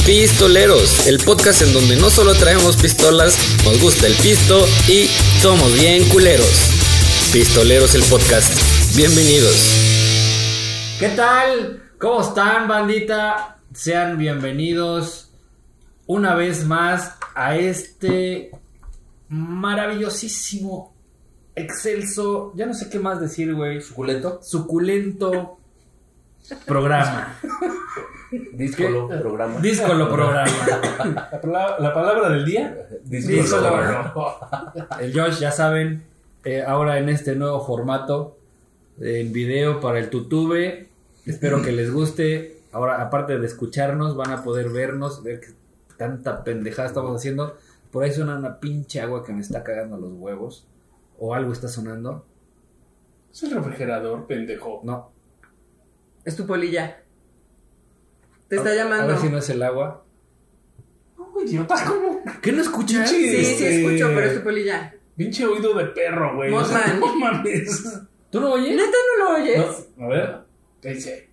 Pistoleros, el podcast en donde no solo traemos pistolas, nos gusta el pisto y somos bien culeros. Pistoleros, el podcast. Bienvenidos. ¿Qué tal? ¿Cómo están, bandita? Sean bienvenidos una vez más a este maravillosísimo, excelso, ya no sé qué más decir, güey. Suculento programa. Díscolo programa. Díscolo programa. La palabra del día. Díscolo. El Josh, ya saben, ahora en este nuevo formato en video para el tutube. Espero que les guste. Ahora, aparte de escucharnos, van a poder vernos, ver que tanta pendejada estamos haciendo. Por ahí suena una pinche agua que me está cagando los huevos. O algo está sonando. Es el refrigerador, pendejo. No. Es tu polilla. Te está llamando. A ver si no es el agua. No, idiota, ¿cómo? ¿Qué no escuchas? Sí, Sí, escucho, pero es tu polilla. Pinche oído de perro, güey. Mothman. No mames. ¿Tú no oyes? ¿Neta no lo oyes? No, a ver. ¿Qué dice?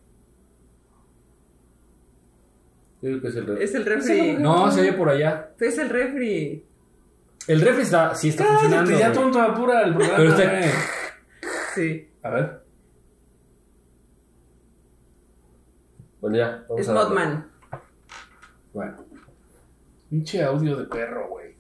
Creo que es el refri. Es el refri. No, se oye por allá. Es el refri. El refri sí está funcionando. Ya güey. tonto, apura el programa. Pero usted- güey. Sí. A ver. Bueno, ya. Vamos Es a darle. Mothman. Bueno. Pinche audio de perro, güey.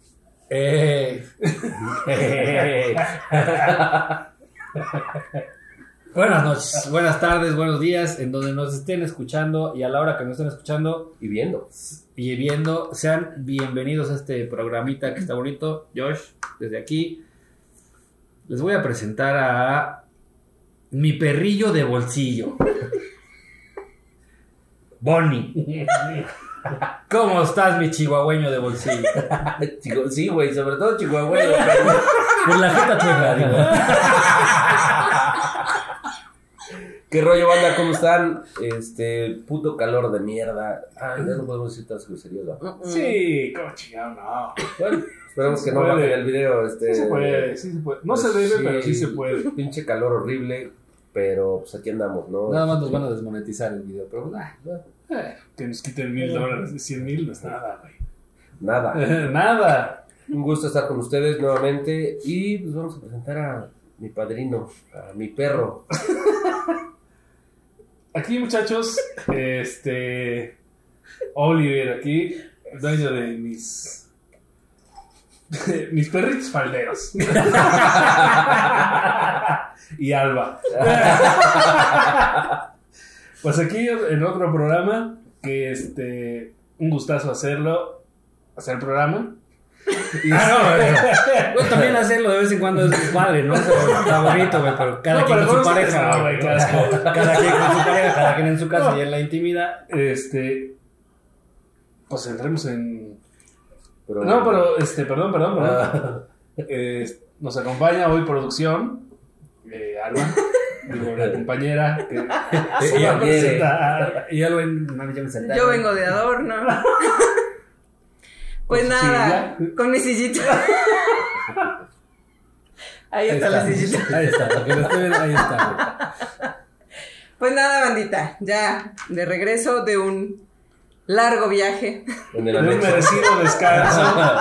Buenas noches, buenas tardes, buenos días, en donde nos estén escuchando y a la hora que nos estén escuchando Y viendo. y viendo, sean bienvenidos a este programita que está bonito. Josh, desde aquí les voy a presentar a mi perrillo de bolsillo, Bonnie. ¿Cómo estás, mi chihuahueño de bolsillo? Sí, güey, sobre todo Chihuahua. Por la jeta chueca, digo. ¿Qué rollo, banda? ¿Cómo están? Puto calor de mierda. Ay, ya no podemos decir tantas groserías, ¿no? Sí, como chingado, no. Bueno, esperemos Sí que se no puede. bajen el video. Sí se puede, sí se puede. No se debe, pero sí se puede. Pinche calor horrible, pero pues aquí andamos, ¿no? Nada más nos van a desmonetizar el video, pero Que nos quiten $1,000 de 100,000 no es nada, güey. Nada. Nada. Un gusto estar con ustedes nuevamente y pues vamos a presentar a mi padrino, a mi perro. Aquí, muchachos, Oliver aquí, dueño de mis perritos falderos. Y Alba. Pues aquí en otro programa, que un gustazo hacer el programa. Y Pues también hacerlo de vez en cuando es padre, ¿no? O sea, está bonito, güey, pero cada No, quien pero con su con ustedes pareja, no, güey. güey, qué asco. Cada quien con su pareja, cada quien en su casa No. y en la intimidad. Pues entremos en... Pero, No, pero, perdón. Ah, Nos acompaña hoy producción, Alba, digo, la compañera que se va a presentar. Y ya lo ven, mami, ya me senté. Yo vengo de adorno. Pues ¿Con su nada, silla? con mi sillita. Ahí está la sillita. Ahí está, para que lo estén viendo, ahí está. Pues nada, bandita. Ya de regreso de un largo viaje. en el Un anexo. merecido descanso.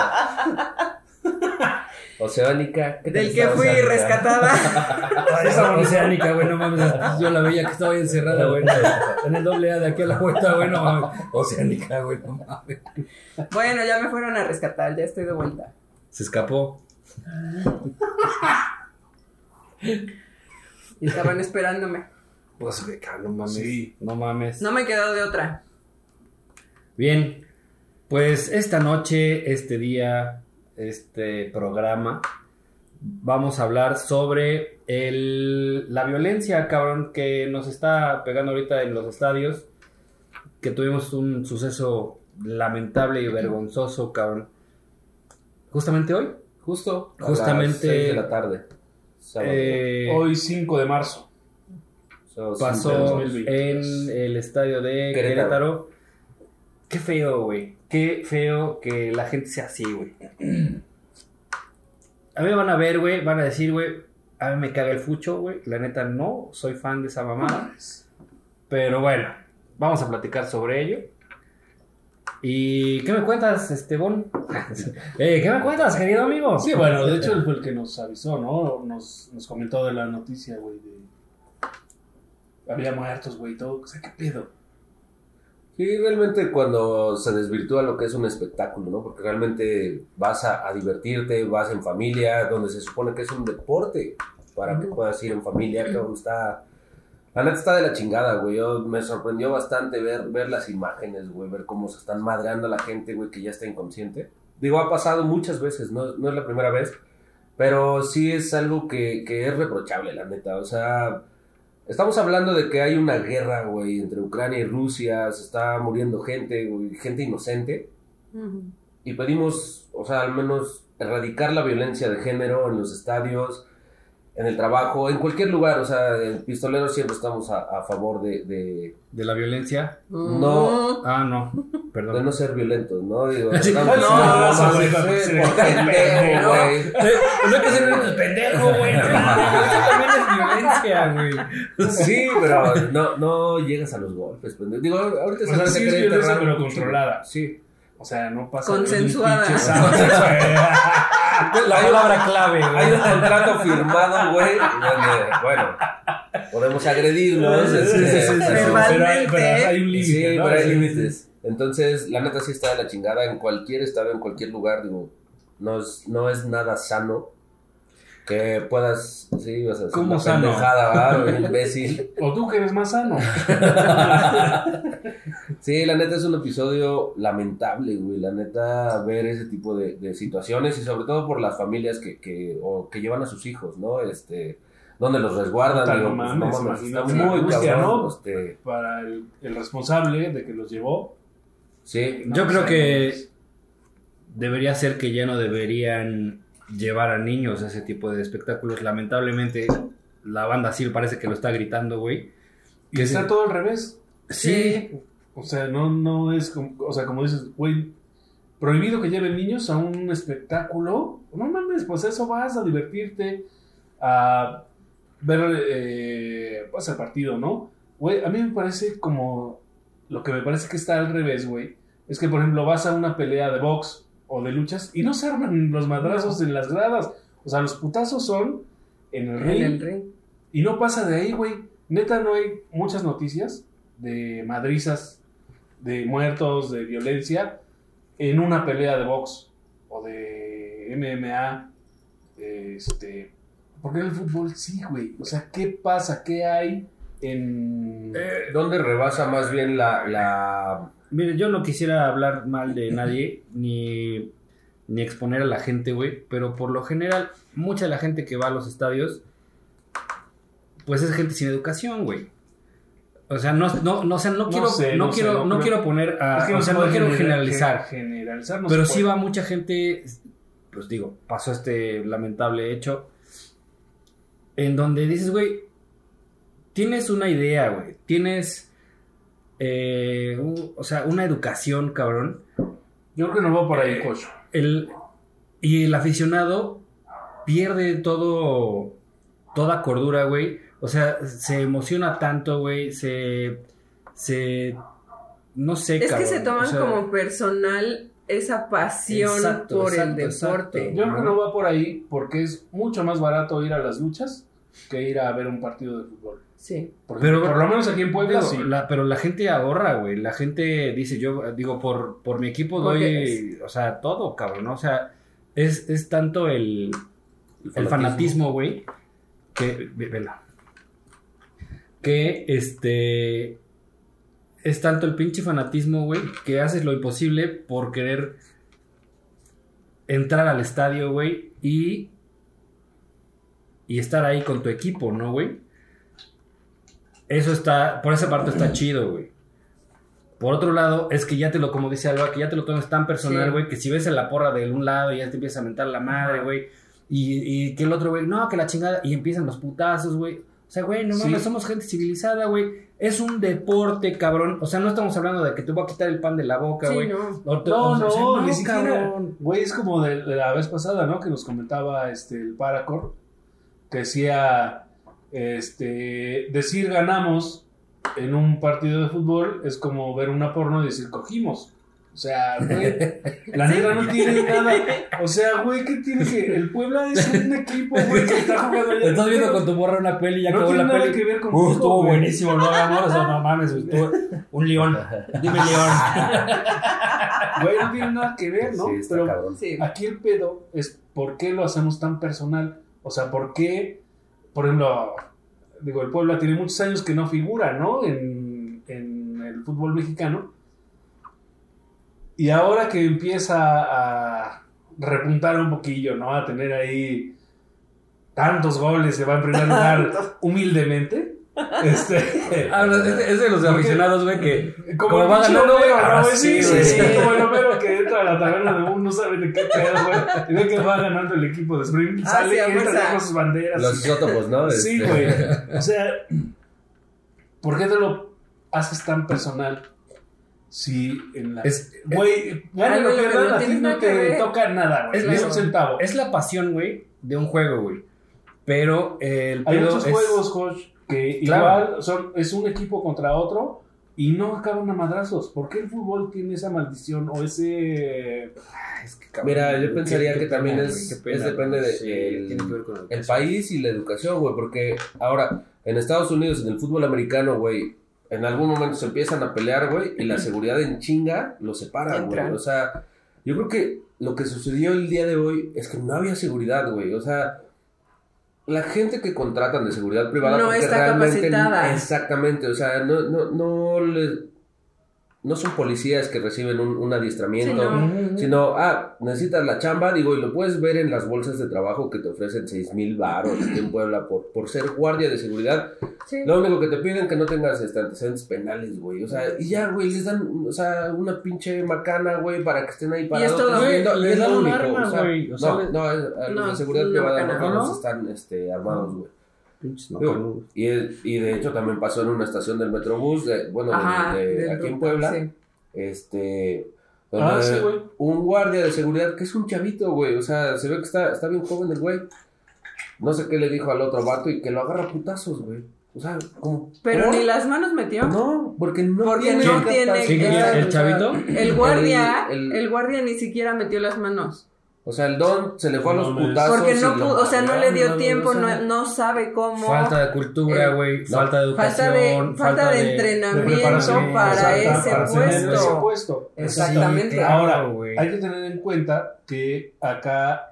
Oceánica. ¿qué tal Del que está fui Oceánica? rescatada. Esa oceánica, güey, no mames. Yo la veía que estaba ahí encerrada, güey. En el doble A de aquí a la vuelta, güey, no mames. Oceánica, güey, no mames. Bueno, ya me fueron a rescatar, ya estoy de vuelta. Se escapó. Y estaban esperándome. Pues, güey, no mames. Sí. No mames. No me he quedado de otra. Bien, pues esta noche, este día, este programa, vamos a hablar sobre la violencia, cabrón, que nos está pegando ahorita en los estadios, que tuvimos un suceso lamentable y vergonzoso, cabrón. Justamente hoy, Justo. A Justamente- las 6 de la tarde. Sábado. Hoy 5 de marzo. Sábado 5 de pasó 2020. en el estadio de Querétaro. Querétaro. Qué feo, güey. Qué feo que la gente sea así, güey. A mí me van a ver, güey, van a decir, güey, a mí me caga el fucho, güey. La neta no, soy fan de esa mamada. Pero bueno, vamos a platicar sobre ello. ¿Y qué me cuentas, Bon? ¿Qué me cuentas, querido amigo? Sí, bueno, de hecho él fue el que nos avisó, ¿no? Nos comentó de la noticia, güey, había muertos, güey, todo. O sea, ¿qué pedo? Sí, realmente cuando se desvirtúa lo que es un espectáculo, ¿no? Porque realmente vas a divertirte, vas en familia, donde se supone que es un deporte para que puedas ir en familia, que está... La neta está de la chingada, güey. Me sorprendió bastante ver las imágenes, güey, ver cómo se están madreando a la gente, güey, que ya está inconsciente. Digo, ha pasado muchas veces, no es la primera vez, pero sí es algo que es reprochable, la neta. O sea, estamos hablando de que hay una guerra, güey, entre Ucrania y Rusia, se está muriendo gente, güey, gente inocente. Uh-huh. Y pedimos, o sea, al menos erradicar la violencia de género en los estadios, en el trabajo, en cualquier lugar. O sea, en Pistoleros siempre estamos a favor de la violencia. No. No, perdón. De no ser violentos, ¿no? Digo, sí, pendejo, güey. No hay que ser un pendejo, güey. Eso también es violencia, güey. Sí, pero no llegas a los golpes, pendejo. Digo, ahorita se sí es violencia, pero controlada. Sí. O sea, no pasa... Consensuada. La palabra clave, güey. Hay un contrato firmado, güey. Bueno, podemos agredirnos. Pero hay un límite. Sí, ¿no? pero hay límites. Entonces, la neta sí está de la chingada. En cualquier estado, en cualquier lugar, digo, no es nada sano que puedas, sí, vas a hacer ¿cómo una sano? pendejada, ¿verdad? Imbécil. O tú que eres más sano. Sí, la neta es un episodio lamentable, güey. La neta, ver ese tipo de situaciones y sobre todo por las familias que llevan a sus hijos, ¿no? Donde los resguardan. Digo, está muy cabrón, ¿no? Para el responsable de que los llevó. Sí. Yo creo que debería ser que ya no deberían llevar a niños a ese tipo de espectáculos. Lamentablemente, la banda sí parece que lo está gritando, güey. Y está todo al revés. Sí. O sea, no es como, o sea, como dices, güey, prohibido que lleven niños a un espectáculo. No mames, pues eso vas a divertirte, a ver pues el partido, ¿no? Güey, a mí me parece como, lo que me parece que está al revés, güey, es que por ejemplo vas a una pelea de box o de luchas y no se arman los madrazos en las gradas. O sea, los putazos son en el ring. Y no pasa de ahí, güey. Neta, no hay muchas noticias de madrizas, de muertos, de violencia en una pelea de box o de MMA. Porque en el fútbol sí, güey. O sea, ¿qué pasa? ¿Qué hay en...? ¿Dónde rebasa más bien la... Mire, yo no quisiera hablar mal de nadie, ni exponer a la gente, güey, pero por lo general, mucha de la gente que va a los estadios, pues es gente sin educación, güey. O sea, no quiero poner a... Es que o sea, no quiero generalizar. Generalizar no pero se sí puede. va mucha gente, pues digo, pasó este lamentable hecho, en donde dices, güey, tienes una idea, güey, tienes... o sea, una educación, cabrón. Yo creo que no va por ahí, cocho. Y el aficionado pierde toda cordura, güey. O sea, se emociona tanto, güey. No sé, es cabrón. Que se toman como personal esa pasión por el deporte. Yo creo que no va por ahí porque es mucho más barato ir a las luchas que ir a ver un partido de fútbol. Sí. Pero por lo menos aquí en Puebla, sí. Pero la gente ahorra, güey. La gente dice, yo digo, por mi equipo doy, o sea, todo, cabrón, ¿no? O sea, es tanto el fanatismo, güey, que, vela, que es tanto el pinche fanatismo, güey, que haces lo imposible por querer entrar al estadio, güey, y estar ahí con tu equipo, ¿no, güey? Eso está, por esa parte está chido, güey. Por otro lado, es que como dice Alba, que ya te lo tomas tan personal, güey, que si ves en la porra de un lado y ya te empieza a mentar la madre, güey, y que el otro, güey, no, que la chingada, y empiezan los putazos, güey. O sea, güey, no mames, somos gente civilizada, güey. Es un deporte, cabrón. O sea, no estamos hablando de que te voy a quitar el pan de la boca, güey. No, ni siquiera. Güey, es como de la vez pasada, ¿no? Que nos comentaba el Paracor, que decía, decir ganamos en un partido de fútbol es como ver una porno y decir cogimos. O sea, güey, la neta no tiene nada. O sea, güey, ¿qué tiene que...? El Puebla es un equipo, güey, que está jugando allá. Estás viendo con tu morra una peli y ya No acabó tiene la nada peli. que ver contigo, Estuvo güey. buenísimo, no hagamos eso, no mames, estuvo un león. Dime león. Güey, no tiene nada que ver, ¿no? Sí, está Pero cabrón. Sí. aquí el pedo es por qué lo hacemos tan personal. O sea, por qué, por ejemplo, digo, el Puebla tiene muchos años que no figura, ¿no? En el fútbol mexicano. Y ahora que empieza a repuntar un poquillo, ¿no? A tener ahí tantos goles, se va en primer lugar humildemente. Es de los aficionados, güey, que como el va pinche ganando, güey, Homero, ahora ¿no? Sí, sí, güey. como el Homero que entra a la taberna de uno, no sabe de qué pedo, güey. Y ve que va ganando el equipo de Spring. Sale sí, y a entra fuerza. con sus banderas. Los isótopos, ¿no? Sí, güey. O sea, ¿por qué te lo haces tan personal? Si en la... Güey, gana Algo lo que pierdan, no a ti tiene no nada que te ver. toca nada, güey. Es Ni eso. un centavo. Es la pasión, güey, de un juego, güey. Pero el Hay pedo muchos es... juegos, coach, que Claro. igual es un equipo contra otro y no acaban a madrazos. ¿Por qué el fútbol tiene esa maldición o ese... Es que, cabrón, Mira, yo pensaría qué que también pena, es güey, qué pena, depende güey. de Sí, tiene que ver con la el educación. país y la educación, güey, porque ahora en Estados Unidos, en el fútbol americano, güey, en algún momento se empiezan a pelear, güey, y la seguridad en chinga los separa, güey. Entran. O sea, yo creo que lo que sucedió el día de hoy es que no había seguridad, güey. O sea, la gente que contratan de seguridad privada No porque está realmente capacitada. exactamente, o sea, no son policías que reciben un adiestramiento, Sí, no. sino, necesitas la chamba, digo, y lo puedes ver en las bolsas de trabajo que te ofrecen 6,000 varos aquí en Puebla por ser guardia de seguridad. Sí. Lo único que te piden que no tengas antecedentes penales, güey, o sea, y ya, güey, les dan, o sea, una pinche macana, güey, para que estén ahí parados. todo. Güey, Güey, les es lo dan un único, arma, o sea, güey, o sea, no, a los no, de seguridad una privada macana. no ¿No? todos están armados, güey. Pinches Digo, macanudos. y de hecho también pasó en una estación del Metrobús, Ajá, del aquí en Duca, Puebla, sí. donde sí, güey. un guardia de seguridad que es un chavito, güey, o sea, se ve que está bien joven el güey, no sé qué le dijo al otro vato y que lo agarra a putazos, güey, o sea, como... Pero ¿por? ni las manos metió. No, porque no Porque tiene... no tiene ¿Quién quería? ¿El chavito? El guardia, El- el guardia ni siquiera metió las manos. O sea, el don se le fue a los No mames. putazos. Porque no y lo- pudo, o sea, no le dio no, tiempo, o sea, no sabe cómo. Falta de cultura, güey. Falta de educación. falta de de entrenamiento preparación para exacta, ese para tener ese puesto. puesto. Exactamente. Sí, claro, Ahora, güey. hay que tener en cuenta que acá,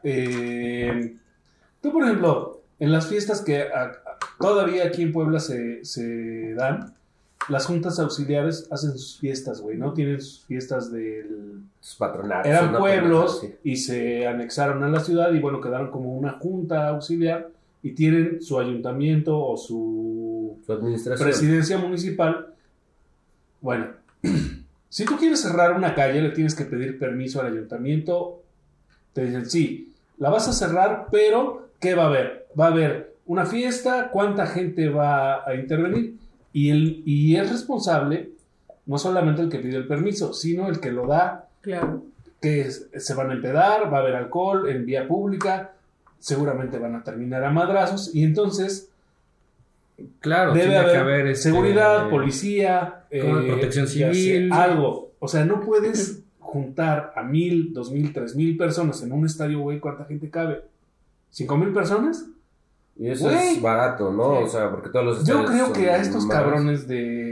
tú por ejemplo, en las fiestas que todavía aquí en Puebla se dan, las juntas auxiliares hacen sus fiestas, güey, ¿no? Tienen sus fiestas del... Sus patronatos. Eran una pueblos pendejada, sí. y se anexaron a la ciudad y bueno, quedaron como una junta auxiliar y tienen su ayuntamiento o su Su administración. presidencia municipal. Bueno, si tú quieres cerrar una calle, le tienes que pedir permiso al ayuntamiento. Te dicen, sí, la vas a cerrar, pero ¿qué va a haber? Va a haber una fiesta, ¿cuánta gente va a intervenir? Y es responsable no solamente el que pide el permiso, sino el que lo da, Claro. que se van a empedar, va a haber alcohol en vía pública, seguramente van a terminar a madrazos, y entonces Claro, debe tiene que haber haber seguridad, policía, como protección ya sé, civil. algo. O sea, no puedes juntar a 1,000, 2,000, 3,000 personas en un estadio, güey, ¿cuánta gente cabe? ¿5,000 personas? Y eso Güey. es barato, ¿no? Sí. O sea, porque todos los Yo estadios creo son que a estos más- cabrones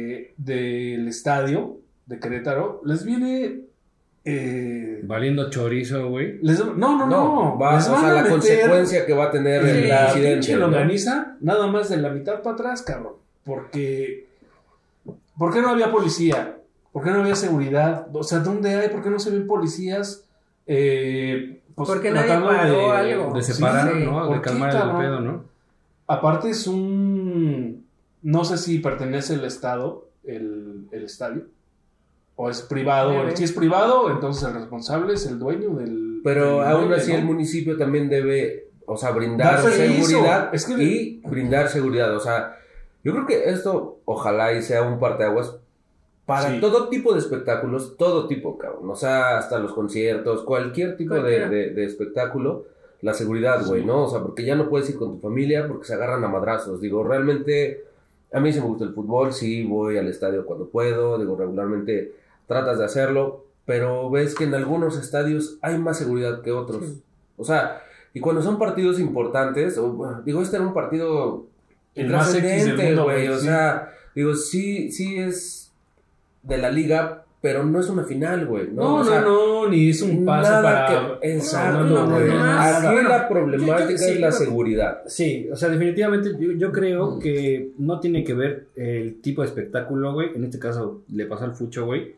del estadio de Querétaro les viene... Valiendo chorizo, güey. No. Va, o les van sea, a la meter consecuencia que va a tener Sí. el la incidente. pinche ¿no? longaniza nada más de la mitad para atrás, cabrón. Porque... ¿Por qué no había policía? ¿Por qué no había seguridad? O sea, ¿dónde hay? ¿Por qué no se ven policías? Pues, Porque nadie tratando paró algo. De Sí, separar, sí. ¿no? ¿Por De qué, calmar el cabrón? pedo, ¿no? Aparte es un... No sé si pertenece al Estado, el estadio, o es privado. Debe. Si es privado, entonces el responsable es el dueño del... Pero del aún inmueble, así ¿no? el municipio también debe, o sea, brindar Dar permiso. seguridad Es que- y brindar seguridad. O sea, yo creo que esto ojalá y sea un parteaguas para Sí. todo tipo de espectáculos, todo tipo, cabrón. O sea, hasta los conciertos, cualquier tipo Cualquiera. de espectáculo, la seguridad, güey, ¿no? O sea, porque ya no puedes ir con tu familia porque se agarran a madrazos. Digo, realmente, a mí sí me gusta el fútbol, sí voy al estadio cuando puedo, digo, regularmente tratas de hacerlo. pero ves que en algunos estadios hay más seguridad que otros. Sí. O sea, y cuando son partidos importantes, digo, este era un partido El más X del trascendente, mundo, güey. güey, O sí. sea, digo, sí es de la liga, pero no es una final, güey. No, O sea, ni es un paso nada para... exacto, No, güey. nada. Aquí Bueno, la problemática sí, es la yo- seguridad. Sí, o sea, definitivamente yo creo que no tiene que ver el tipo de espectáculo, güey. En este caso le pasó al Fucho, güey.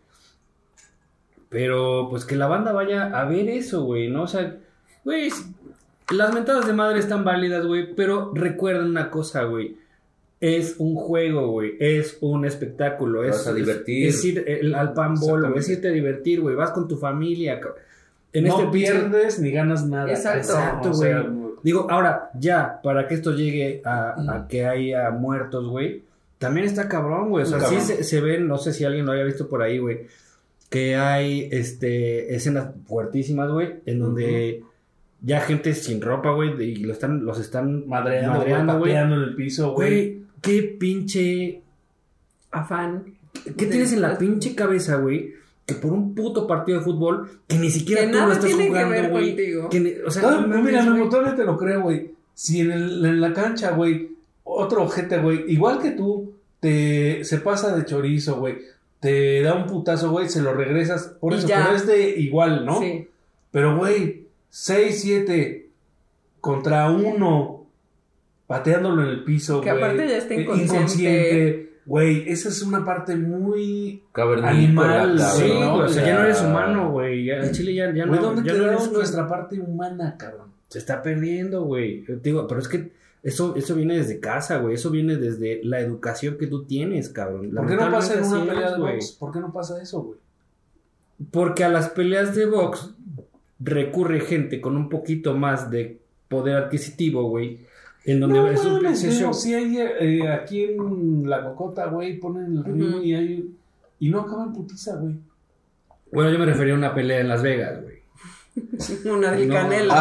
Pero pues que la banda vaya a ver eso, güey, ¿no? O sea, güey, las mentadas de madre están válidas, güey, pero recuerden una cosa, güey. Es un juego, güey. Es un espectáculo. Te vas a divertir. Es ir al panball, güey. Es Exactamente. irte a divertir, güey. Vas con tu familia, cabrón. No pinche- pierdes ni ganas nada. Exacto. O sea, Digo, ahora, ya, para que esto llegue a que haya muertos, güey, también está cabrón, güey. O sea, sí Cabrón. se ven, no sé si alguien lo haya visto por ahí, güey, que hay escenas fuertísimas, güey, en donde ya gente sin ropa, güey, y los están madreando, güey. pateando en el piso, güey. Güey, qué pinche... Afán. ¿Qué tienes en la pinche cabeza, güey? Que por un puto partido de fútbol, que ni siquiera Que tú lo nada estás tiene que jugando, ver güey. contigo. O sea, No, no mames, mira, güey. todavía te lo creo, güey. Si en la cancha, güey, otro ojete, güey, igual que tú, se pasa de chorizo, güey, te da un putazo, güey, se lo regresas, por Y eso, ya. pero es de igual, ¿no? Sí. Pero, güey, 6-7 contra 1, pateándolo en el piso, Que güey. aparte ya está inconsciente. Güey, esa es una parte muy... Cavernícola, Animal, Sí, cabrón. güey, o sea, ya no eres O sea, humano, güey. Ya, en Chile ya Güey, no, ¿dónde ya no quedamos eres nuestra parte humana, cabrón? Se está perdiendo, güey. Yo te digo, pero es que eso viene desde casa, güey. Eso viene desde la educación que tú tienes, cabrón. ¿Por qué no pasa en una Lamentablemente pelea así de es, güey. box? ¿Por qué no pasa eso, güey? Porque a las peleas de box recurre gente con un poquito más de poder adquisitivo, güey. En donde No es un mames, pinche show. si hay aquí en la Cocota, güey, ponen el ritmo y no acaban putiza, güey. Bueno, yo me refería a una pelea en Las Vegas, güey. Una del No. Canelo.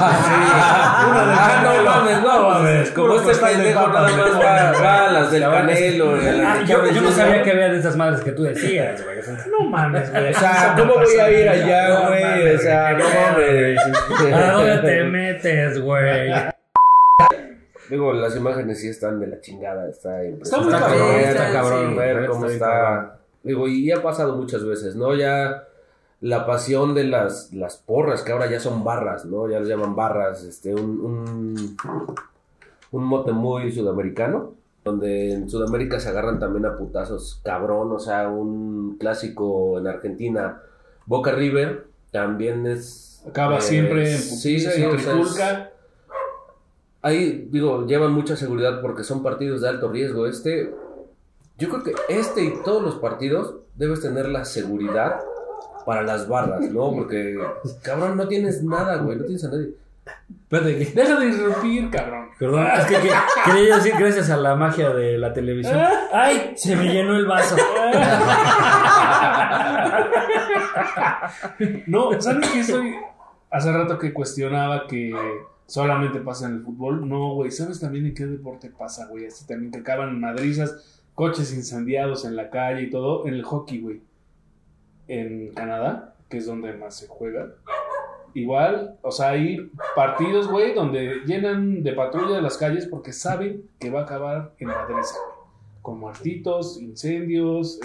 no mames. Como Puro este costal de pendejo papa, nada más güey. va a las del Canelo. Yo no sabía que había de esas madres que tú decías, güey. O sea, No mames, güey. O sea, ¿cómo voy a ir allá, güey? O sea, no mames. ¿a dónde te metes, güey? Digo, las imágenes sí están de la chingada. Está muy Está cabrón, cabrón, sí, está sí. cabrón. ver cómo bien está. cabrón. Digo, y ha pasado muchas veces, ¿no? Ya la pasión de las porras, que ahora ya son barras, ¿no? Ya les llaman barras, un mote muy sudamericano, donde en Sudamérica se agarran también a putazos cabrón, o sea, un clásico en Argentina, Boca River, también es... Acaba siempre en sí, putiza sí, y o sea, trifulca. ahí, digo, llevan mucha seguridad porque son partidos de alto riesgo. Yo creo que y todos los partidos debes tener la seguridad para las barras, ¿no? Porque, cabrón, no tienes nada, güey, no tienes a nadie. Espérate, que... Deja de interrumpir, cabrón. Perdón, es que quería decir gracias a la magia de la televisión. ¡Ay! Se me llenó el vaso. No, ¿sabes qué soy? Hace rato que cuestionaba que solamente pasa en el fútbol. No, güey, ¿sabes también en qué deporte pasa, güey? Así también que acaban en madrizas, coches incendiados en la calle y todo. En el hockey, güey. En Canadá, que es donde más se juega. Igual, o sea, hay partidos, güey, donde llenan de patrulla las calles porque saben que va a acabar en madriza, güey. Con muertitos, incendios,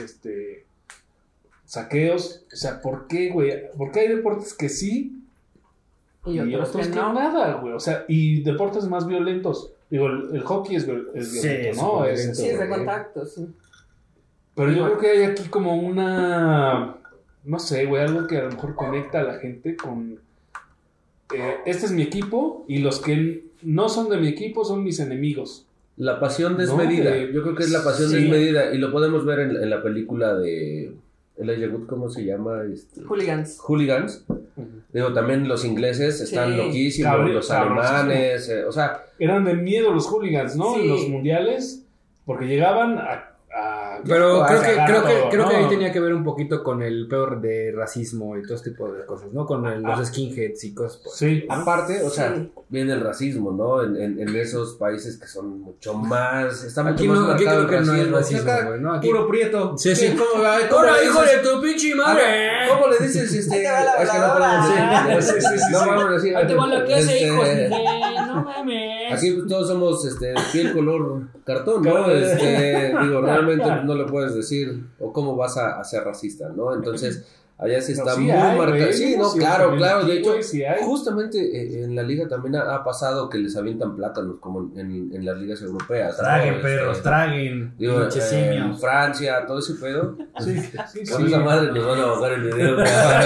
saqueos. O sea, ¿por qué, güey? Porque hay deportes que sí Y otros que que no. nada, güey. O sea, y deportes más violentos. Digo, el hockey es Sí, violento, es ¿no? muy Es, violento. Sí, es de güey. contacto, sí. pero yo creo que hay aquí como una... No sé, güey, algo que a lo mejor conecta a la gente con... este es mi equipo y los que no son de mi equipo son mis enemigos. La pasión desmedida, No, yo creo que es la pasión sí. desmedida, y lo podemos ver en la película de Elijah Wood, ¿cómo se llama? Hooligans. Hooligans. Digo, también los ingleses están Sí. loquísimos, los Cabroncísimo. alemanes, o sea, Eran de miedo los hooligans, ¿no? Sí. En los mundiales, porque llegaban Pero creo que no. ahí tenía que ver un poquito con el peor de racismo y todo este tipo de cosas, ¿no? Con los skinheads y cosas. Pues. Sí. Aparte, o sea, Sí. viene el racismo, ¿no? En esos países que son mucho más... Está mucho Aquí más no, aquí marcado creo que el no es racismo. racismo, Acá, güey, ¿no? Aquí... puro prieto. Sí, sí. ¿Cómo ¡Hola, le hijo dices? de tu pinche A madre! ver, ¿cómo le dices? Ahí te va la Es que no voladora. podemos decir. Sí. No podemos decir. Ahí te va la clase, este, hijos de... No mames. Aquí pues, todos somos piel color cartón, ¿no? Digo, realmente no le puedes decir o cómo vas a ser racista, ¿no? Entonces, allá sí está No, sí muy hay, marcado. güey. Sí, no, Sí, claro. también. De hecho, Güey, sí hay. justamente en la liga también ha pasado que les avientan plátanos, como en las ligas europeas. ¿no? Traguen, perros, traguen. Digo, Pinches en simios. Francia, todo ese pedo. Sí. Con esa madre nos van a bajar el video.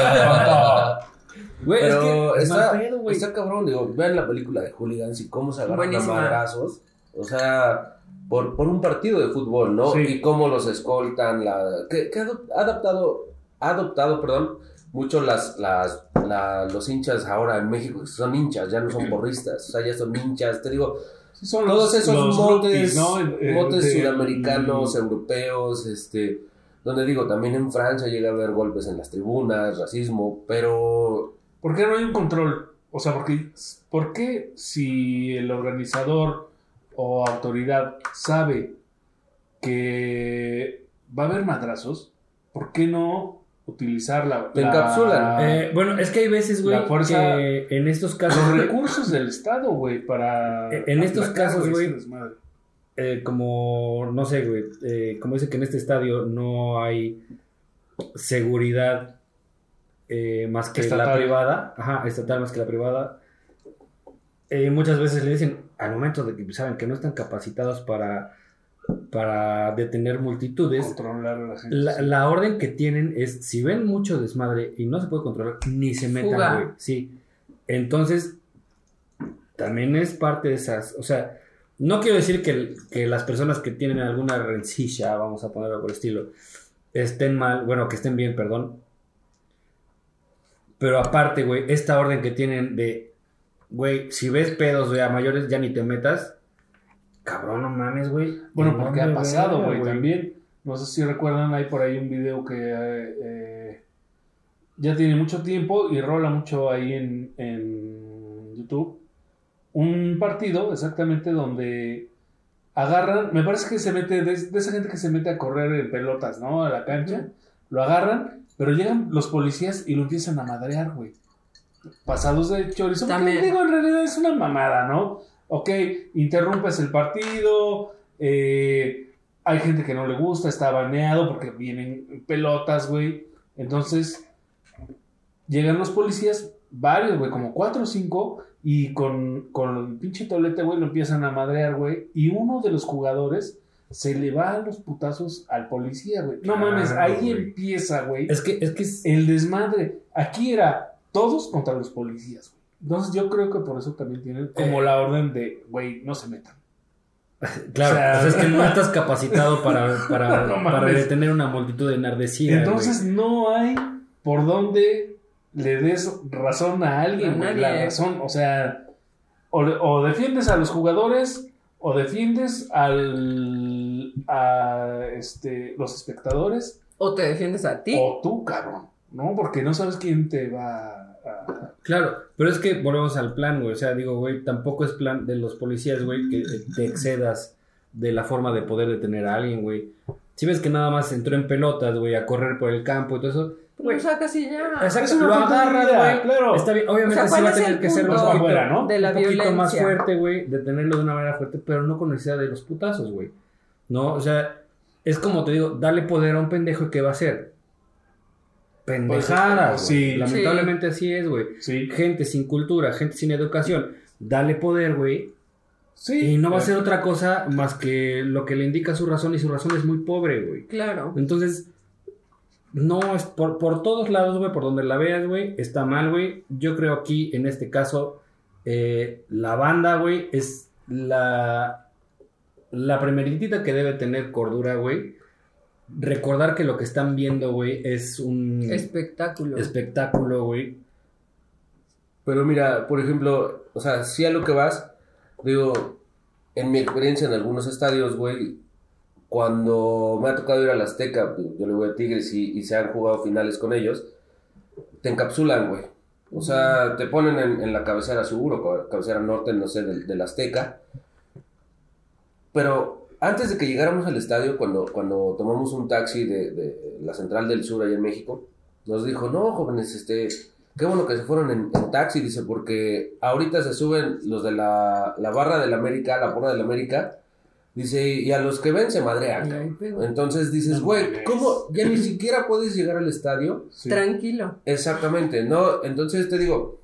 Güey, es Pero que es está, mal pedo, güey. está cabrón, digo, vean la película de Hooligans y cómo se agarran a Buenísima. madrazos, o sea, por un partido de fútbol, ¿no? Sí. Y cómo los escoltan, que ha adoptado, perdón, mucho los hinchas ahora en México, que son hinchas, ya no son porristas, o sea, ya son hinchas, te digo, Sí, son todos esos los motes, rookies, ¿no? motes sudamericanos, europeos, donde digo, también en Francia llega a haber golpes en las tribunas, racismo, pero... ¿Por qué no hay un control? O sea, ¿por qué si el organizador o autoridad sabe que va a haber madrazos, ¿por qué no utilizar Te encapsulan. Bueno, es que hay veces, güey, La fuerza- que en estos casos, los güey, recursos del Estado, güey, para... En estos aplacar, casos, güey, ese desmadre? como, no sé, güey, como dice que en este estadio no hay seguridad más que Estatal. la privada, estatal más que la privada, muchas veces le dicen, al momento de que saben que no están capacitados para detener multitudes, Controlar a la gente. la orden que tienen es, si ven mucho desmadre y no se puede controlar, ni se Fuga. metan, güey, sí, entonces, también es parte de esas, o sea, no quiero decir que las personas que tienen alguna rencilla, vamos a ponerlo por estilo, estén mal, bueno, que estén bien, perdón. Pero aparte, güey, esta orden que tienen de, güey, si ves pedos, güey, a mayores, ya ni te metas. Cabrón, no mames, güey. Bueno, No porque ha mames, pasado, güey, también. No sé si recuerdan, hay por ahí un video que ya tiene mucho tiempo y rola mucho ahí en YouTube. Un partido, exactamente, donde agarran, me parece que se mete, de esa gente que se mete a correr en pelotas, ¿no? A la cancha, lo agarran, pero llegan los policías y lo empiezan a madrear, güey. Pasados de chorizo. Porque, También. digo, en realidad es una mamada, ¿no? Ok, interrumpes el partido, hay gente que no le gusta, está baneado porque vienen pelotas, güey. Entonces, llegan los policías, varios, güey, como 4 o 5, y con el pinche tolete, güey, lo empiezan a madrear, güey. Y uno de los jugadores se le va a los putazos al policía, güey. No mames, ahí güey. empieza, güey, Es que el desmadre. Aquí era todos contra los policías, güey. Entonces yo creo que por eso también tienen como la orden de, güey, no se metan. claro, o sea, o sea, es que no estás capacitado para No mames. detener una multitud enardecida. Entonces no hay por dónde le des razón a alguien, A güey. nadie. La razón, o sea, o defiendes a los jugadores o defiendes a los espectadores O te defiendes a ti. o tú, cabrón, ¿no? Porque no sabes quién te va a... Claro, pero es que volvemos al plan, güey. O sea, digo, güey, tampoco es plan de los policías, güey, que te excedas de la forma de poder detener a alguien, güey. Si ves que nada más entró en pelotas, güey, a correr por el campo y todo eso, Pues lo sacas y ya. exacto, Es una lo falta de agarras, vida, güey. claro. Está bien, obviamente O sea, sí va ¿cuál a es tener el que ser un punto poquito, afuera, ¿no? de la un poquito violencia? más fuerte, güey, detenerlo de una manera fuerte, pero no con necesidad de los putazos, güey. No, o sea, es como te digo, dale poder a un pendejo y ¿qué va a hacer? Pendejadas, Sí. güey. Lamentablemente así es, güey. Sí, Gente sin cultura, gente sin educación, dale poder, güey, sí. y no va a ser otra cosa más que lo que le indica su razón, y su razón es muy pobre, güey. Claro. Entonces, no es por todos lados, güey, por donde la veas, güey, está mal, güey. Yo creo aquí, en este caso, la banda, güey, es la primeritita que debe tener cordura, güey. Recordar que lo que están viendo, güey, es un Espectáculo. espectáculo, güey. Pero mira, por ejemplo, o sea, si a lo que vas, digo, en mi experiencia en algunos estadios, güey, cuando me ha tocado ir al Azteca, yo le voy a Tigres y se han jugado finales con ellos, te encapsulan, güey. O sea, te ponen en la cabecera sur o cabecera norte, no sé, del Azteca. Pero antes de que llegáramos al estadio, cuando tomamos un taxi de la Central del Sur allá en México, nos dijo, no, jóvenes, qué bueno que se fueron en taxi, dice, porque ahorita se suben los de la barra del América, la porra del América, dice, y a los que ven se madrean. Entonces dices, güey, ¿cómo? Ya ni siquiera puedes llegar al estadio. Sí. Tranquilo. Exactamente, ¿no? Entonces te digo,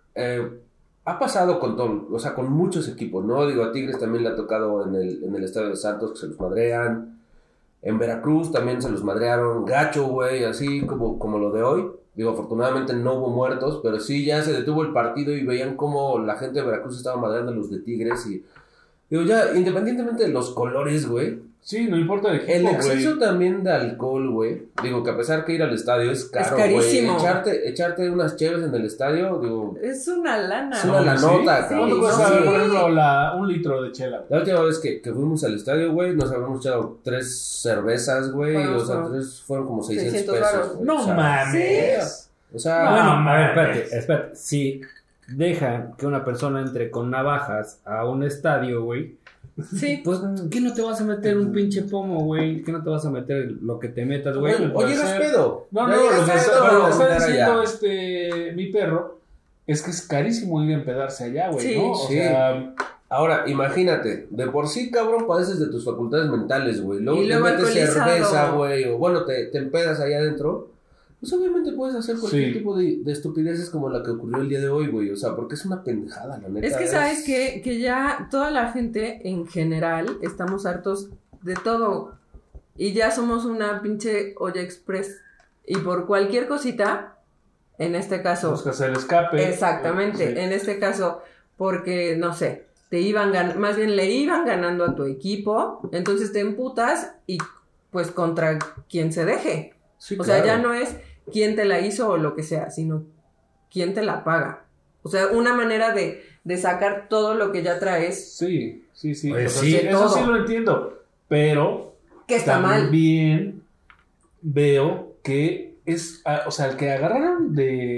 ha pasado con todo, o sea, con muchos equipos, ¿no? Digo, a Tigres también le ha tocado en el estadio de Santos que se los madrean. En Veracruz también se los madrearon. Gacho, güey, así como lo de hoy. Digo, afortunadamente no hubo muertos, pero sí ya se detuvo el partido y veían cómo la gente de Veracruz estaba madreando a los de Tigres y... Digo, ya, independientemente de los colores, güey. Sí, no importa el equipo, el exceso también de alcohol, güey. Digo, que a pesar que ir al estadio es caro, güey. Es carísimo. Echarte unas cheves en el estadio, digo... Es una lana. Es una lanota, ¿sí? ¿Cuánto cuesta, por ejemplo, un litro de chela? La última vez que fuimos al estadio, güey, nos habíamos echado 3 cervezas, güey. O sea, fueron como 600 pesos, güey. No, o sea, mames. O sea... No, bueno, a ver, espérate. Si dejan que una persona entre con navajas a un estadio, güey, sí, pues, ¿qué no te vas a meter un pinche pomo, güey? ¿Qué no te vas a meter lo que te metas, güey? O llegas pedo. No, lo que está diciendo mi perro es que es carísimo ir a empedarse allá, güey, sí, ¿no? O sea... Ahora, imagínate, de por sí, cabrón, padeces de tus facultades mentales, güey. Luego te metes cerveza, güey, o bueno, te empedas allá adentro. Pues obviamente puedes hacer cualquier tipo de estupideces como la que ocurrió el día de hoy, güey. O sea, porque es una pendejada, la neta. Es que sabes que ya toda la gente en general estamos hartos de todo. Y ya somos una pinche olla express. Y por cualquier cosita, en este caso... Buscas el escape. Exactamente. Sí. En este caso, porque, no sé, más bien le iban ganando a tu equipo. Entonces te emputas y pues contra quien se deje. Sí, o sea, ya no es quién te la hizo o lo que sea, sino quién te la paga. O sea, una manera de sacar todo lo que ya traes. Sí. Pues sí, eso sí lo entiendo. Pero que está también mal. Veo que es, o sea, el que agarraron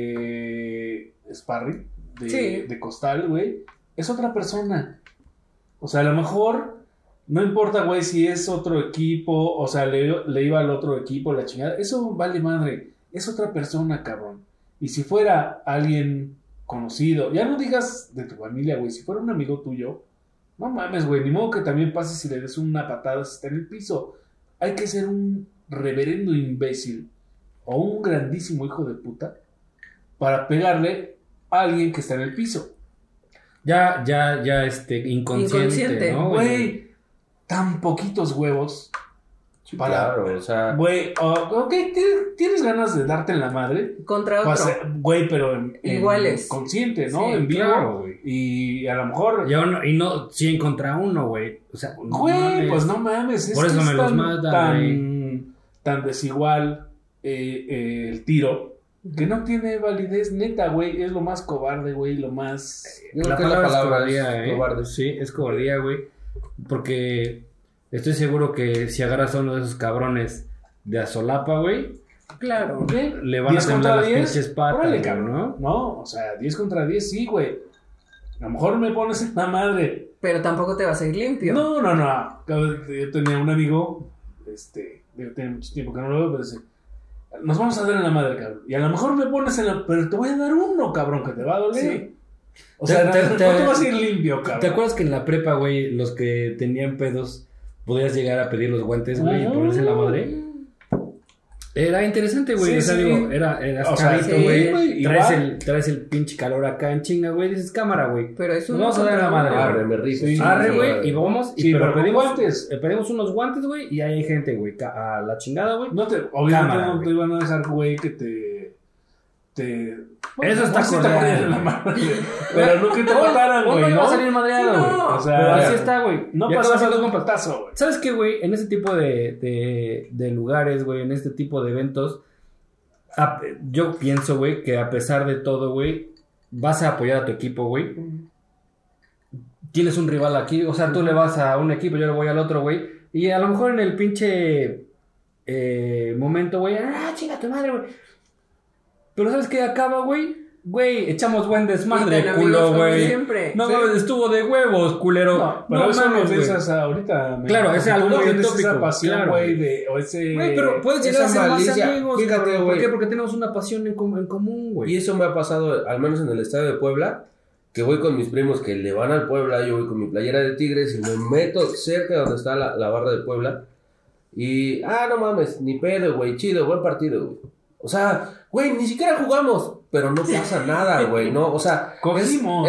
de sparring, de costal, güey, es otra persona. O sea, a lo mejor... No importa, güey, si es otro equipo, o sea, le iba al otro equipo, la chingada. Eso vale madre. Es otra persona, cabrón. Y si fuera alguien conocido, ya no digas de tu familia, güey, si fuera un amigo tuyo, no mames, güey, ni modo que también pases y le des una patada si está en el piso. Hay que ser un reverendo imbécil o un grandísimo hijo de puta para pegarle a alguien que está en el piso. Ya, inconsciente, ¿no, güey? Tan poquitos huevos para... Claro, o sea... Güey, ok, tienes ganas de darte en la madre. Contra otro. Güey, pero iguales. Consciente, ¿no? Sí, en vivo. Claro, güey. Y a lo mejor... Y no 100 contra 1, güey. O sea, güey, pues no mames. Por eso me los matan, tan desigual el tiro, que no tiene validez neta, güey. Es lo más cobarde, güey, lo más... La palabra es cobardía, cobarde. Sí, es cobardía, güey. Porque estoy seguro que si agarras a uno de esos cabrones de azolapa, güey, claro, le van a temblar las pinches patas, órale, cabrón, ¿no? O sea, 10 contra 10, sí, güey. A lo mejor me pones en la madre. Pero tampoco te vas a ir limpio. No. Yo tenía un amigo, tiene mucho tiempo que no lo veo, pero dice, nos vamos a dar en la madre, cabrón. Y a lo mejor me pones en la... Pero te voy a dar uno, cabrón, que te va a doler. Sí. O sea, no te vas a ir limpio, cabrón. ¿Te acuerdas que en la prepa, güey, los que tenían pedos, podías llegar a pedir los guantes, güey, y ponerse en la madre? Era interesante, güey. Sí, o sea, digo, eras carito, güey. Traes el pinche calor acá en chinga, güey. Dices, cámara, güey. Pero es vamos a dar a la madre. Arre, me rifo. Arre, güey, y vamos. Sí, pero pedimos guantes. Pedimos unos guantes, güey, y ahí hay gente, güey. A la chingada, güey. Obviamente no te iban a dejar, güey, que te eso está correcto. Pero no que te mataran, güey, ¿no? Va a salir madreado, güey. No. O sea, pero así está, güey. No pasas algo con patazo, güey. ¿Sabes qué, güey? En ese tipo de lugares, güey, en este tipo de eventos, yo pienso, güey, que a pesar de todo, güey, vas a apoyar a tu equipo, güey. Tienes un rival aquí, o sea, tú le vas a un equipo, yo le voy al otro, güey. Y a lo mejor en el pinche momento, güey, chinga tu madre, güey. Pero ¿sabes qué acaba, güey? Güey, echamos buen desmadre, culo, güey. No mames, estuvo de huevos, culero. No, pero eso mames, no piensas ahorita. Claro, ese es algo muy utópico. Esa pasión, güey, claro, o ese... Güey, pero puedes llegar a ser más amigos, fíjate, ¿por qué? Porque tenemos una pasión en común, güey. Y eso me ha pasado, al menos en el estadio de Puebla, que voy con mis primos que le van al Puebla, yo voy con mi playera de Tigres y me meto cerca de donde está la barra de Puebla. Y, no mames, ni pedo, güey, chido, buen partido, güey. O sea, güey, ni siquiera jugamos, pero no pasa nada, güey, ¿no? O sea, cogimos.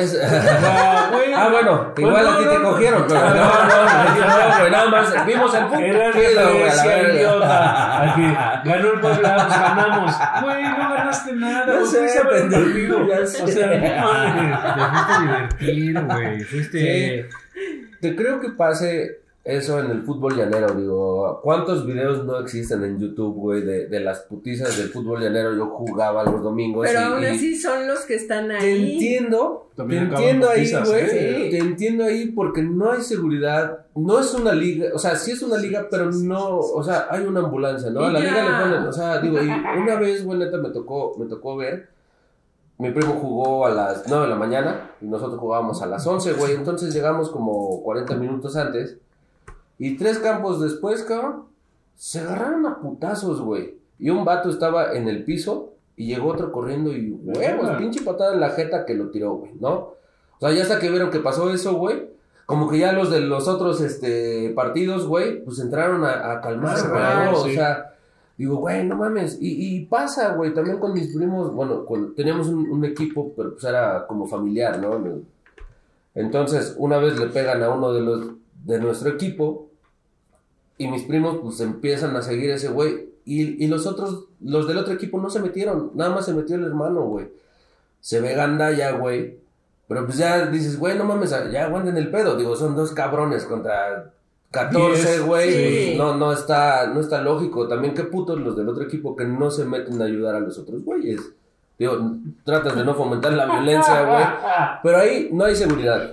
Bueno, igual a ti te cogieron, pero no, güey, nada más, vimos el fútbol. Era referencia idiota. Aquí ganó el Puebla, pues ganamos. Güey, no ganaste nada, No sé, pendejo. O sea, te fuiste divertido, güey. Fuiste... Te creo que pase eso en el fútbol llanero, digo, ¿cuántos videos no existen en YouTube, güey, de las putizas del fútbol llanero? Yo jugaba los domingos. Pero aún así son los que están ahí. Te entiendo ahí, güey, te entiendo ahí porque no hay seguridad, no es una liga, o sea, sí es una liga, pero no, o sea, hay una ambulancia, ¿no? A la liga le ponen, o sea, digo, y una vez, güey, neta, me tocó ver, mi primo jugó a las 9 de la mañana y nosotros jugábamos a las 11, güey, entonces llegamos como 40 minutos antes. Y 3 campos después, cabrón, se agarraron a putazos, güey. Y un vato estaba en el piso y llegó otro corriendo y, huevos, pinche patada en la jeta que lo tiró, güey, ¿no? O sea, ya hasta que vieron que pasó eso, güey, como que ya los de los otros partidos, güey, pues entraron a calmar, güey, ¿no? Sí. O sea, digo, güey, no mames. Y pasa, güey, también con mis primos, bueno, teníamos un equipo, pero pues era como familiar, ¿no? Entonces, una vez le pegan a uno de nuestro equipo y mis primos pues empiezan a seguir a ese güey y los del otro equipo no se metieron, nada más se metió el hermano, güey. Se ve gandalla, güey, pero pues ya dices, güey, no mames, ya aguanten el pedo, digo, son 2 cabrones contra 14, güey, sí. no está lógico. También qué putos los del otro equipo que no se meten a ayudar a los otros güeyes. Digo, tratas de no fomentar la violencia, güey, pero ahí no hay seguridad.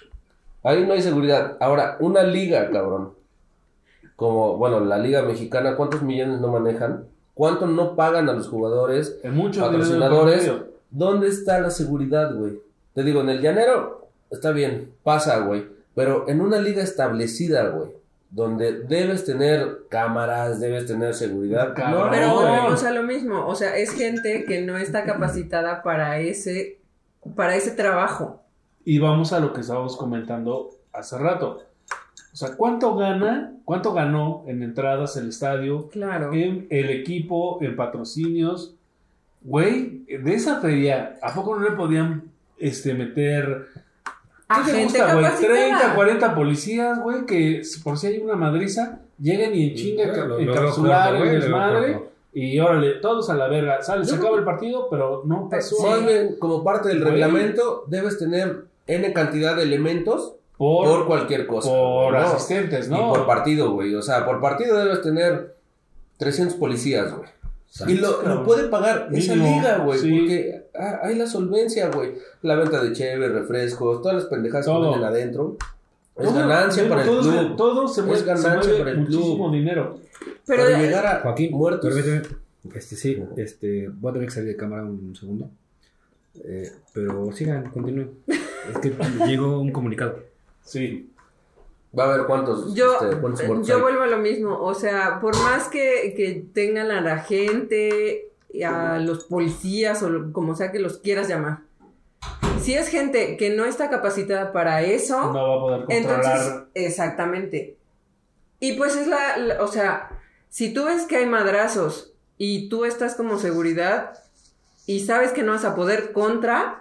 Ahora, una liga, cabrón, como, bueno, la liga mexicana, ¿cuántos millones no manejan? ¿Cuánto no pagan a los jugadores, patrocinadores? ¿Dónde está la seguridad, güey? Te digo, en el llanero está bien, pasa, güey, pero en una liga establecida, güey, donde debes tener cámaras, debes tener seguridad. Pero, o sea, lo mismo, o sea, es gente que no está capacitada para ese trabajo. Y vamos a lo que estábamos comentando hace rato. O sea, ¿cuánto ganó en entradas el estadio? Claro. En el equipo, en patrocinios. Güey, de esa feria, ¿a poco no le podían meter... ¿Qué te gusta, güey? 30, 40 policías, güey, que por si hay una madriza, lleguen y en chinga encapsular el desmadre. Y órale, todos a la verga. Se acaba el partido, pero no pasó. Más bien, como parte del reglamento, debes tener N cantidad de elementos por cualquier cosa. Por asistentes, ¿no? Y por partido, güey. O sea, por partido debes tener 300 policías, güey. Y lo puede pagar esa liga, güey. Sí. Porque hay la solvencia, güey. La venta de cheve, refrescos, todas las pendejadas que venden adentro. Es ganancia para el club. Todo se mueve, para el muchísimo club. Dinero. Pero para llegar a Joaquín, muertos. Permíteme, voy a tener que salir de cámara un segundo. Pero sigan, continúen. Es que llegó un comunicado. Sí. Va a haber cuántos yo hay. Vuelvo a lo mismo, o sea, por más que tengan a la gente, a los policías o como sea que los quieras llamar, si es gente que no está capacitada para eso, no va a poder controlar. Entonces, exactamente. Y pues es o sea, si tú ves que hay madrazos y tú estás como seguridad y sabes que no vas a poder contra...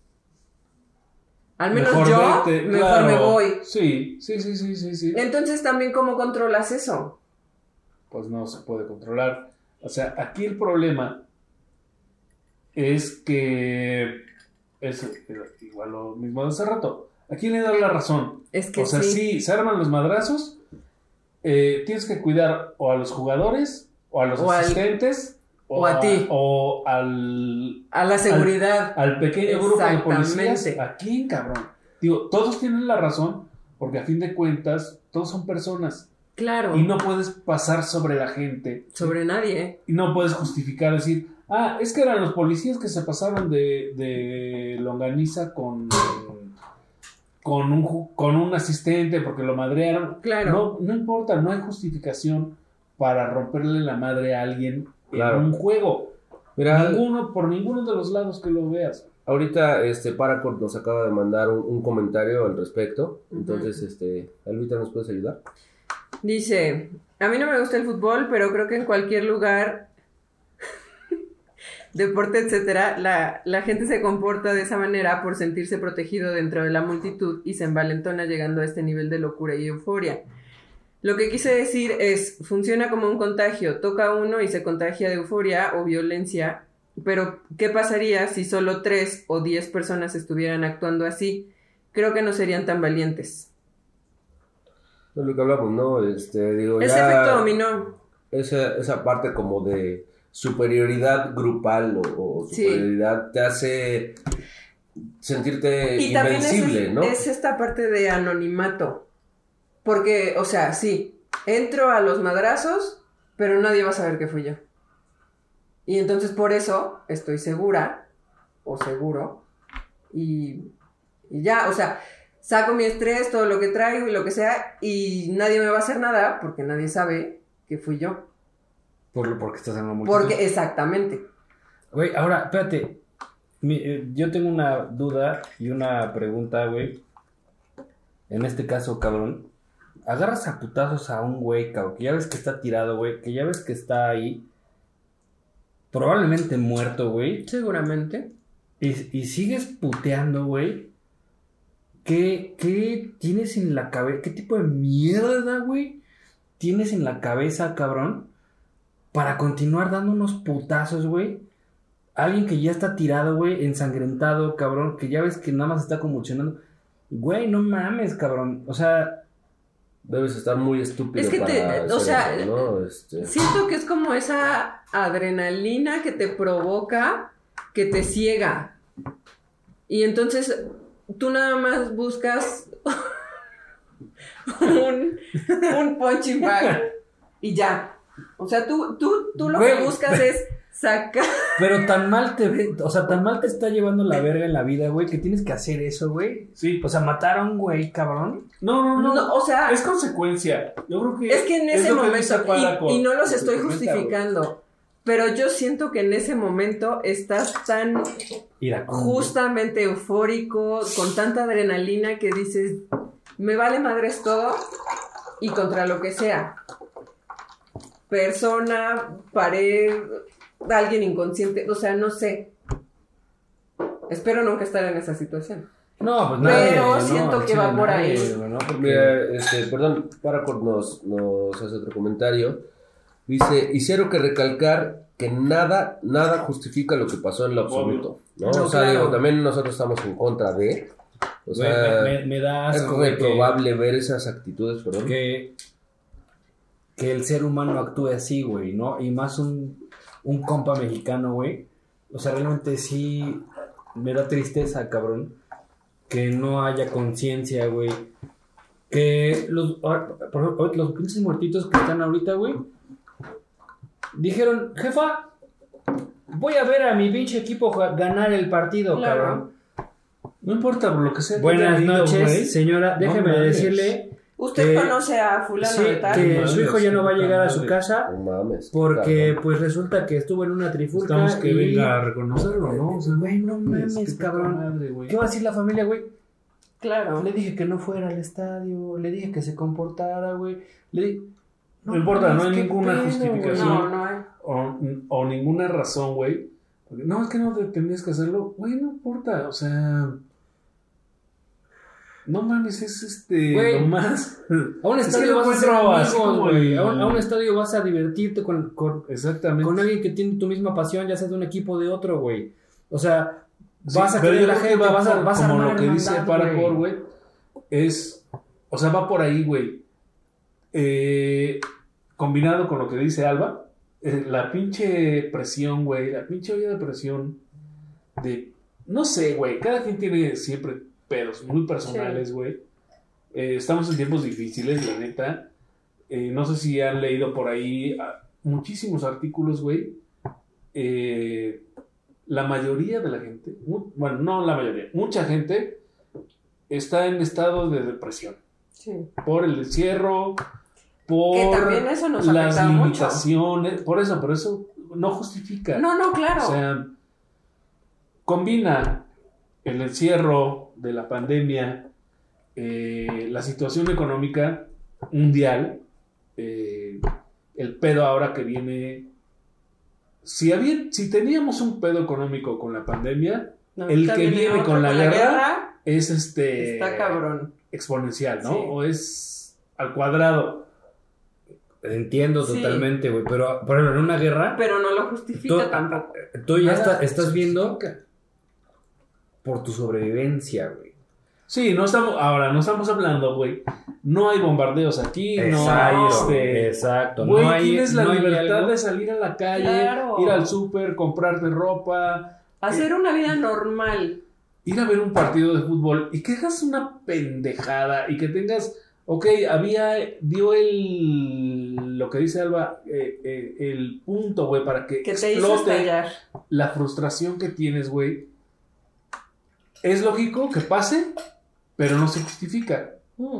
Al menos mejor me voy. Sí. Entonces, también, ¿cómo controlas eso? Pues no se puede controlar. O sea, aquí el problema es que es igual lo mismo de hace rato. ¿A quién le da la razón? Es que o sea, sí, se arman los madrazos, tienes que cuidar o a los jugadores, o a los asistentes... O a ti. O a la seguridad. Al pequeño grupo de policías. ¿A quién, cabrón? Digo, todos tienen la razón, porque a fin de cuentas, todos son personas. Claro. Y no puedes pasar sobre la gente. Sobre nadie. Y no puedes justificar, decir, es que eran los policías que se pasaron de longaniza con un asistente porque lo madrearon. Claro. No importa, no hay justificación para romperle la madre a alguien Claro. en un juego. Mira, Por ninguno de los lados que lo veas. ahorita Paracord nos acaba de mandar un comentario al respecto. Entonces, Alvita, ¿nos puedes ayudar? Dice, a mí no me gusta el fútbol, pero creo que en cualquier lugar, deporte, etcétera, la gente se comporta de esa manera por sentirse protegido dentro de la multitud y se envalentona llegando a este nivel de locura y euforia. Lo que quise decir es, funciona como un contagio, toca a uno y se contagia de euforia o violencia, pero ¿qué pasaría si solo 3 o 10 personas estuvieran actuando así? Creo que no serían tan valientes. Es lo que hablamos, ¿no? Digo, Ese ya efecto dominó. esa parte como de superioridad grupal o superioridad te hace sentirte Y también invencible, ¿no? es esta parte de anonimato. Porque, o sea, sí, entro a los madrazos, pero nadie va a saber que fui yo. Y entonces por eso estoy segura, o seguro, y ya, o sea, saco mi estrés, todo lo que traigo y lo que sea, y nadie me va a hacer nada, porque nadie sabe que fui yo. Porque estás en una multitud. Porque, exactamente. Güey, ahora, espérate. Yo tengo una duda y una pregunta, güey. En este caso, cabrón. Agarras a putazos a un güey, cabrón, que ya ves que está tirado, güey, que ya ves que está ahí, probablemente muerto, güey. Seguramente. Y sigues puteando, güey. ¿Qué tienes en la cabeza? ¿Qué tipo de mierda, güey, tienes en la cabeza, cabrón? Para continuar dando unos putazos, güey. Alguien que ya está tirado, güey, ensangrentado, cabrón, que ya ves que nada más está convulsionando. Güey, no mames, cabrón. O sea, Debes estar muy estúpido Es que para o hacer sea, eso, ¿no? siento que es como esa adrenalina que te provoca, que te ciega. Y entonces tú nada más buscas un punching bag y ya. O sea, tú lo Güey, que buscas es sacar. pero tan mal tan mal te está llevando la verga en la vida, güey, que tienes que hacer eso, güey. Sí. O sea, matar a un güey, cabrón. No. O sea, Es consecuencia. Yo creo que es que en ese lo que dice momento, Paracord. y no los estoy Comenta, güey. justificando, pero yo siento que en ese momento estás tan Iracundo. justamente eufórico, con tanta adrenalina que dices, me vale madres todo y contra lo que sea. Persona, pared, alguien inconsciente, o sea, no sé. Espero nunca estar en esa situación. No, pues Pero nadie, siento al que va chile por nadie, ahí. güey, ¿no? Porque- Mira, perdón, Paracord nos hace otro comentario. Dice, y cero que recalcar que nada justifica lo que pasó en lo absoluto, ¿no? No, O sea, claro. digo, también nosotros estamos en contra de, o güey, sea, me da es asco, güey, reprobable ver esas actitudes, perdón. que el ser humano actúe así, güey, ¿no? Y más un compa mexicano, güey. O sea, realmente sí me da tristeza, cabrón, que no haya conciencia, güey. Que los pinches muertitos que están ahorita, güey, dijeron, jefa, voy a ver a mi pinche equipo ganar el partido, Claro. cabrón. No importa por lo que sea. que Buenas haya ido, noches, güey. señora. No Déjeme mames. decirle ¿Usted que- conoce a fulano sí, de tal? que Mames, su hijo ya no va a puta llegar a su madre. casa No mames. porque cabrón. pues resulta que estuvo en una trifulca Estamos que y... venga a reconocerlo, ¿no? O sea, Güey, no mames, qué puta cabrón. madre, güey. ¿Qué va a decir la familia, güey? Claro. Le dije que no fuera al estadio, le dije que se comportara, güey. No importa, no hay qué ninguna pedo, justificación. güey. No hay. O ninguna razón, güey. Porque, no, es que no tendrías que hacerlo. Güey, no importa, o sea... No mames, es Güey, lo más... A un Es que estadio lo vas a hacer encuentro así amigos, como güey. el- A un estadio vas a divertirte con Exactamente. alguien que tiene tu misma pasión, ya sea de un equipo o de otro, güey. O sea, Sí, vas a pero querer yo la creo que gente, va vas a por- como armar lo que dice hermandad, Paracord, güey, es, o sea, va por ahí, güey. Combinado con lo que dice Alba, la pinche presión, güey, la pinche olla de presión de, no sé, güey, cada quien tiene siempre pedos muy personales, güey. Estamos en tiempos difíciles, la neta. no sé si han leído por ahí muchísimos artículos, güey. La mayoría de la gente, bueno, no la mayoría, mucha gente está en estado de depresión. Sí. Por el encierro, por que también eso nos las afecta limitaciones, mucho. por eso no justifica. No, claro. O sea, combina el encierro de la pandemia, la situación económica mundial, el pedo ahora que viene. Si teníamos un pedo económico con la pandemia, No, el que viene con la guerra es está cabrón. exponencial, ¿no? Sí. O es al cuadrado. Entiendo Sí. totalmente, güey. Pero, por ejemplo, en una guerra, Pero no lo justifica tampoco. tú ya Nada estás viendo justifica. por tu sobrevivencia, güey. Sí, no estamos hablando, güey. No hay bombardeos aquí, Exacto, no hay exacto. Güey, No hay, tienes la no hay libertad algo- de salir a la calle, Claro. ir al súper, comprarte ropa, Hacer una vida normal. ir a ver un partido de fútbol y que hagas una pendejada y que tengas, dio lo que dice Alba, el punto, güey, para que Que te hizo explote estallar. la frustración que tienes, güey. Es lógico que pase, pero no se justifica.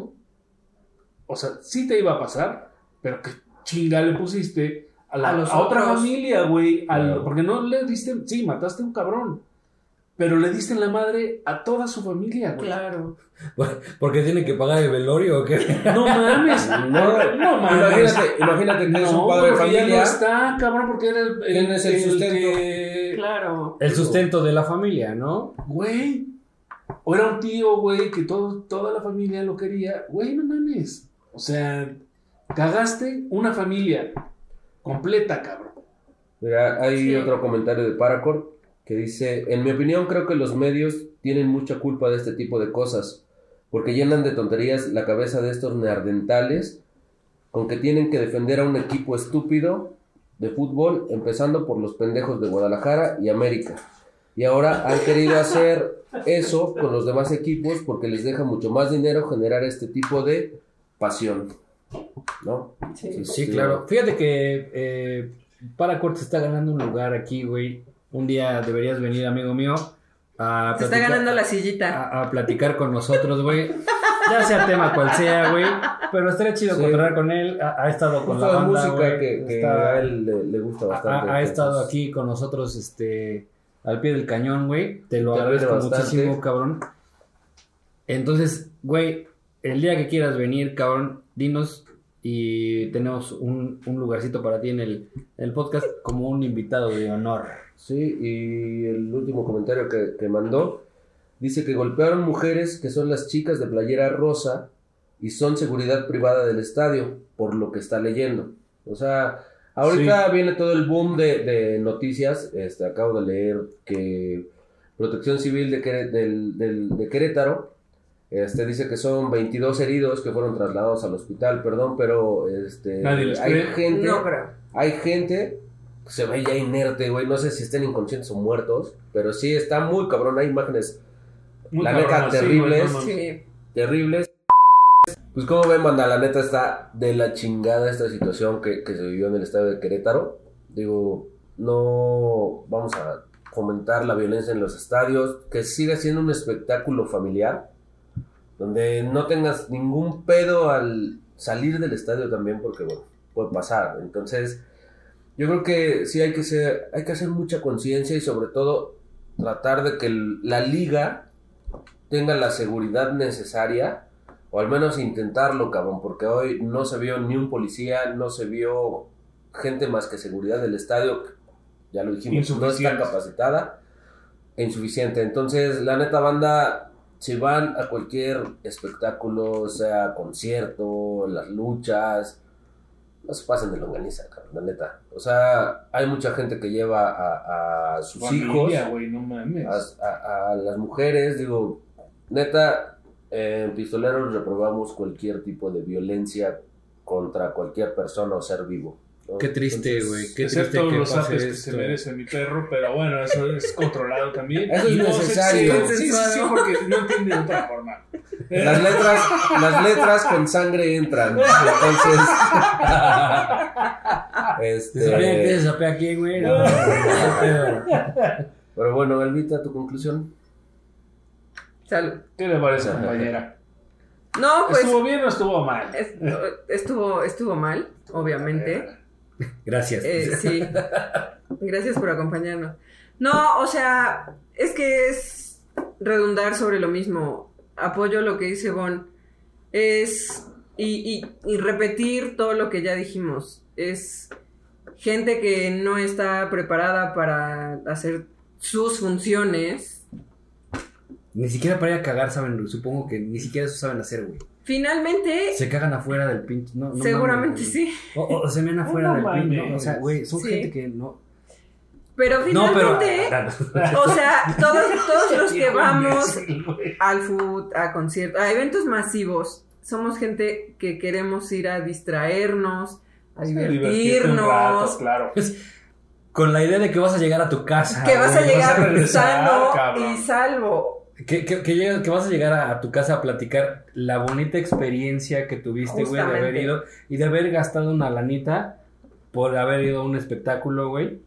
O sea, sí te iba a pasar, pero qué chinga le pusiste A los a otra otros. familia, güey. Claro. Porque no le diste, sí, mataste a un cabrón, pero le diste en la madre a toda su familia, güey. Claro. ¿Porque tiene que pagar el velorio o qué? No mames, no mames. Imagínate que es un No, padre de porque ya familia. no está, cabrón, porque era ¿Quién es el sustento? que- Claro. El sustento de la familia, ¿no? Güey. O era un tío, güey, que toda la familia lo quería. Güey, no mames. O sea, cagaste una familia completa, cabrón. Mira, hay Sí. otro comentario de Paracord que dice: en mi opinión creo que los medios tienen mucha culpa de este tipo de cosas, porque llenan de tonterías la cabeza de estos neandertales con que tienen que defender a un equipo estúpido de fútbol, empezando por los pendejos de Guadalajara y América. Y ahora han querido hacer eso con los demás equipos porque les deja mucho más dinero generar este tipo de pasión, ¿no? Sí. Sí, claro. Fíjate que Paracord se está ganando un lugar aquí, güey. Un día deberías venir, amigo mío, a Se está platicar- ganando la sillita. a platicar con nosotros, güey. Ya sea tema cual sea, güey. Pero estaría chido Sí. cotorrear con él. Ha estado con Justo la de banda, música güey. que Está- a él le gusta bastante. ha estado entonces, aquí con nosotros, al pie del cañón, güey. Te lo Te agradezco aprecio bastante. muchísimo, cabrón. Entonces, güey, el día que quieras venir, cabrón, dinos y tenemos un lugarcito para ti en el podcast como un invitado de honor. Sí, y el último comentario que mandó dice que golpearon mujeres que son las chicas de playera rosa y son seguridad privada del estadio, por lo que está leyendo. O sea, ahorita viene todo el boom de noticias. Acabo de leer que Protección Civil de Querétaro dice que son 22 heridos que fueron trasladados al hospital, perdón, pero Nadie les hay cree. gente, No creo. hay gente que se ve ya inerte, güey, no sé si estén inconscientes o muertos, pero sí está muy cabrón, hay imágenes Muy La cabrón, neta, sí, terribles. güey, no mames. Sí. terribles. Pues como ven, banda, la neta está de la chingada esta situación que se vivió en el estadio de Querétaro. Digo, no vamos a fomentar la violencia en los estadios, que siga siendo un espectáculo familiar, donde no tengas ningún pedo al salir del estadio también, porque bueno, puede pasar. Entonces, yo creo que sí hay que hacer mucha conciencia y sobre todo tratar de que la liga tenga la seguridad necesaria, o al menos intentarlo, cabrón, porque hoy no se vio ni un policía, no se vio gente más que seguridad del estadio, ya lo dijimos, no está Insuficiente. capacitada e insuficiente. Entonces, la neta, banda, si van a cualquier espectáculo, sea concierto, las luchas, no se pasen de longaniza, cabrón, la neta. O sea, hay mucha gente que lleva a sus Familia, hijos, güey, no mames. a las mujeres, digo, neta, en Pistoleros reprobamos cualquier tipo de violencia contra cualquier persona o ser vivo. ¿no? Qué triste, Entonces, güey. Qué Excepto triste que los pase apes que esto. se merece mi perro, pero bueno, eso es controlado también. Eso es Y no se necesario. excede. Sí, porque no entiende de otra forma. Las letras con sangre entran. Entonces. ¿Se sabía que se sapea aquí, güey? No, Pero bueno, Elvita, tu conclusión. Salud. ¿Qué le parece, compañera? No, pues ¿Estuvo bien o estuvo mal? estuvo mal, obviamente. Gracias. Sí. Gracias por acompañarnos. No, o sea, es que es redundar sobre lo mismo. Apoyo lo que dice Bon. Y repetir todo lo que ya dijimos. Es gente que no está preparada para hacer sus funciones. Ni siquiera para ir a cagar saben, supongo que ni siquiera eso saben hacer, güey. Finalmente, Se cagan afuera del pinche. No, seguramente mames, sí. O se ven afuera No del pinche. mames. O sea, güey, son Sí. gente que no. Pero finalmente, No, o sea, todos los que Viejo vamos imbécil, güey. al food, a conciertos, a eventos masivos, somos gente que queremos ir a distraernos, a Divertirte un rato, divertirnos, claro. con la idea de que vas a llegar a tu casa. que vas a güey, llegar regresar, sano cabrón. y salvo. Que vas a llegar a tu casa a platicar la bonita experiencia que tuviste, güey, de haber Justamente. ido y de haber gastado una lanita por haber ido a un espectáculo, güey.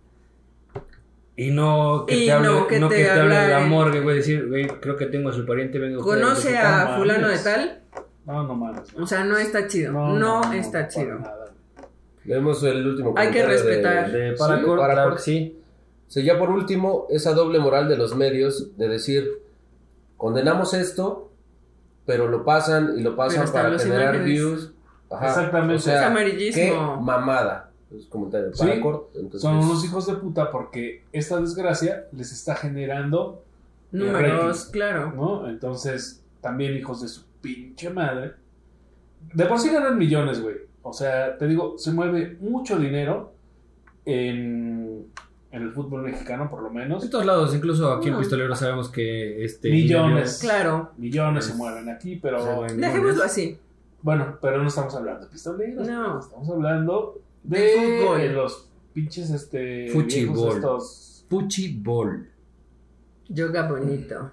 Y no que Y te hable, no que te te hable de la hablen. morgue, güey, decir, güey, creo que tengo a su pariente, vengo Conoce a fulano de tal, No mames. o sea, no está chido, no está para chido. nada. Leemos el último Hay que comentario respetar. de Sí, Paracord, Paracord. claro que sí. Sí, ya por último, esa doble moral de los medios de decir, condenamos esto, pero lo pasan y lo Pero pasan están para los generar imágenes. views. Ajá. Exactamente. O sea, Es amarillismo. qué mamada. Es comentario de Sí. Paracord. Entonces, Son unos hijos de puta porque esta desgracia les está generando Números, rating, claro. ¿no? Entonces, también hijos de su pinche madre. De por sí ganan millones, güey. O sea, te digo, se mueve mucho dinero en el fútbol mexicano, por lo menos. En todos lados, incluso aquí en No. Pistolero sabemos que Millones. Claro. Millones se mueven aquí, pero... Dejémoslo así. Bueno, pero no estamos hablando de pistoleros. No. Estamos hablando de fútbol. los pinches, Fútbol. viejos estos... Puchibol. Yoga bonito.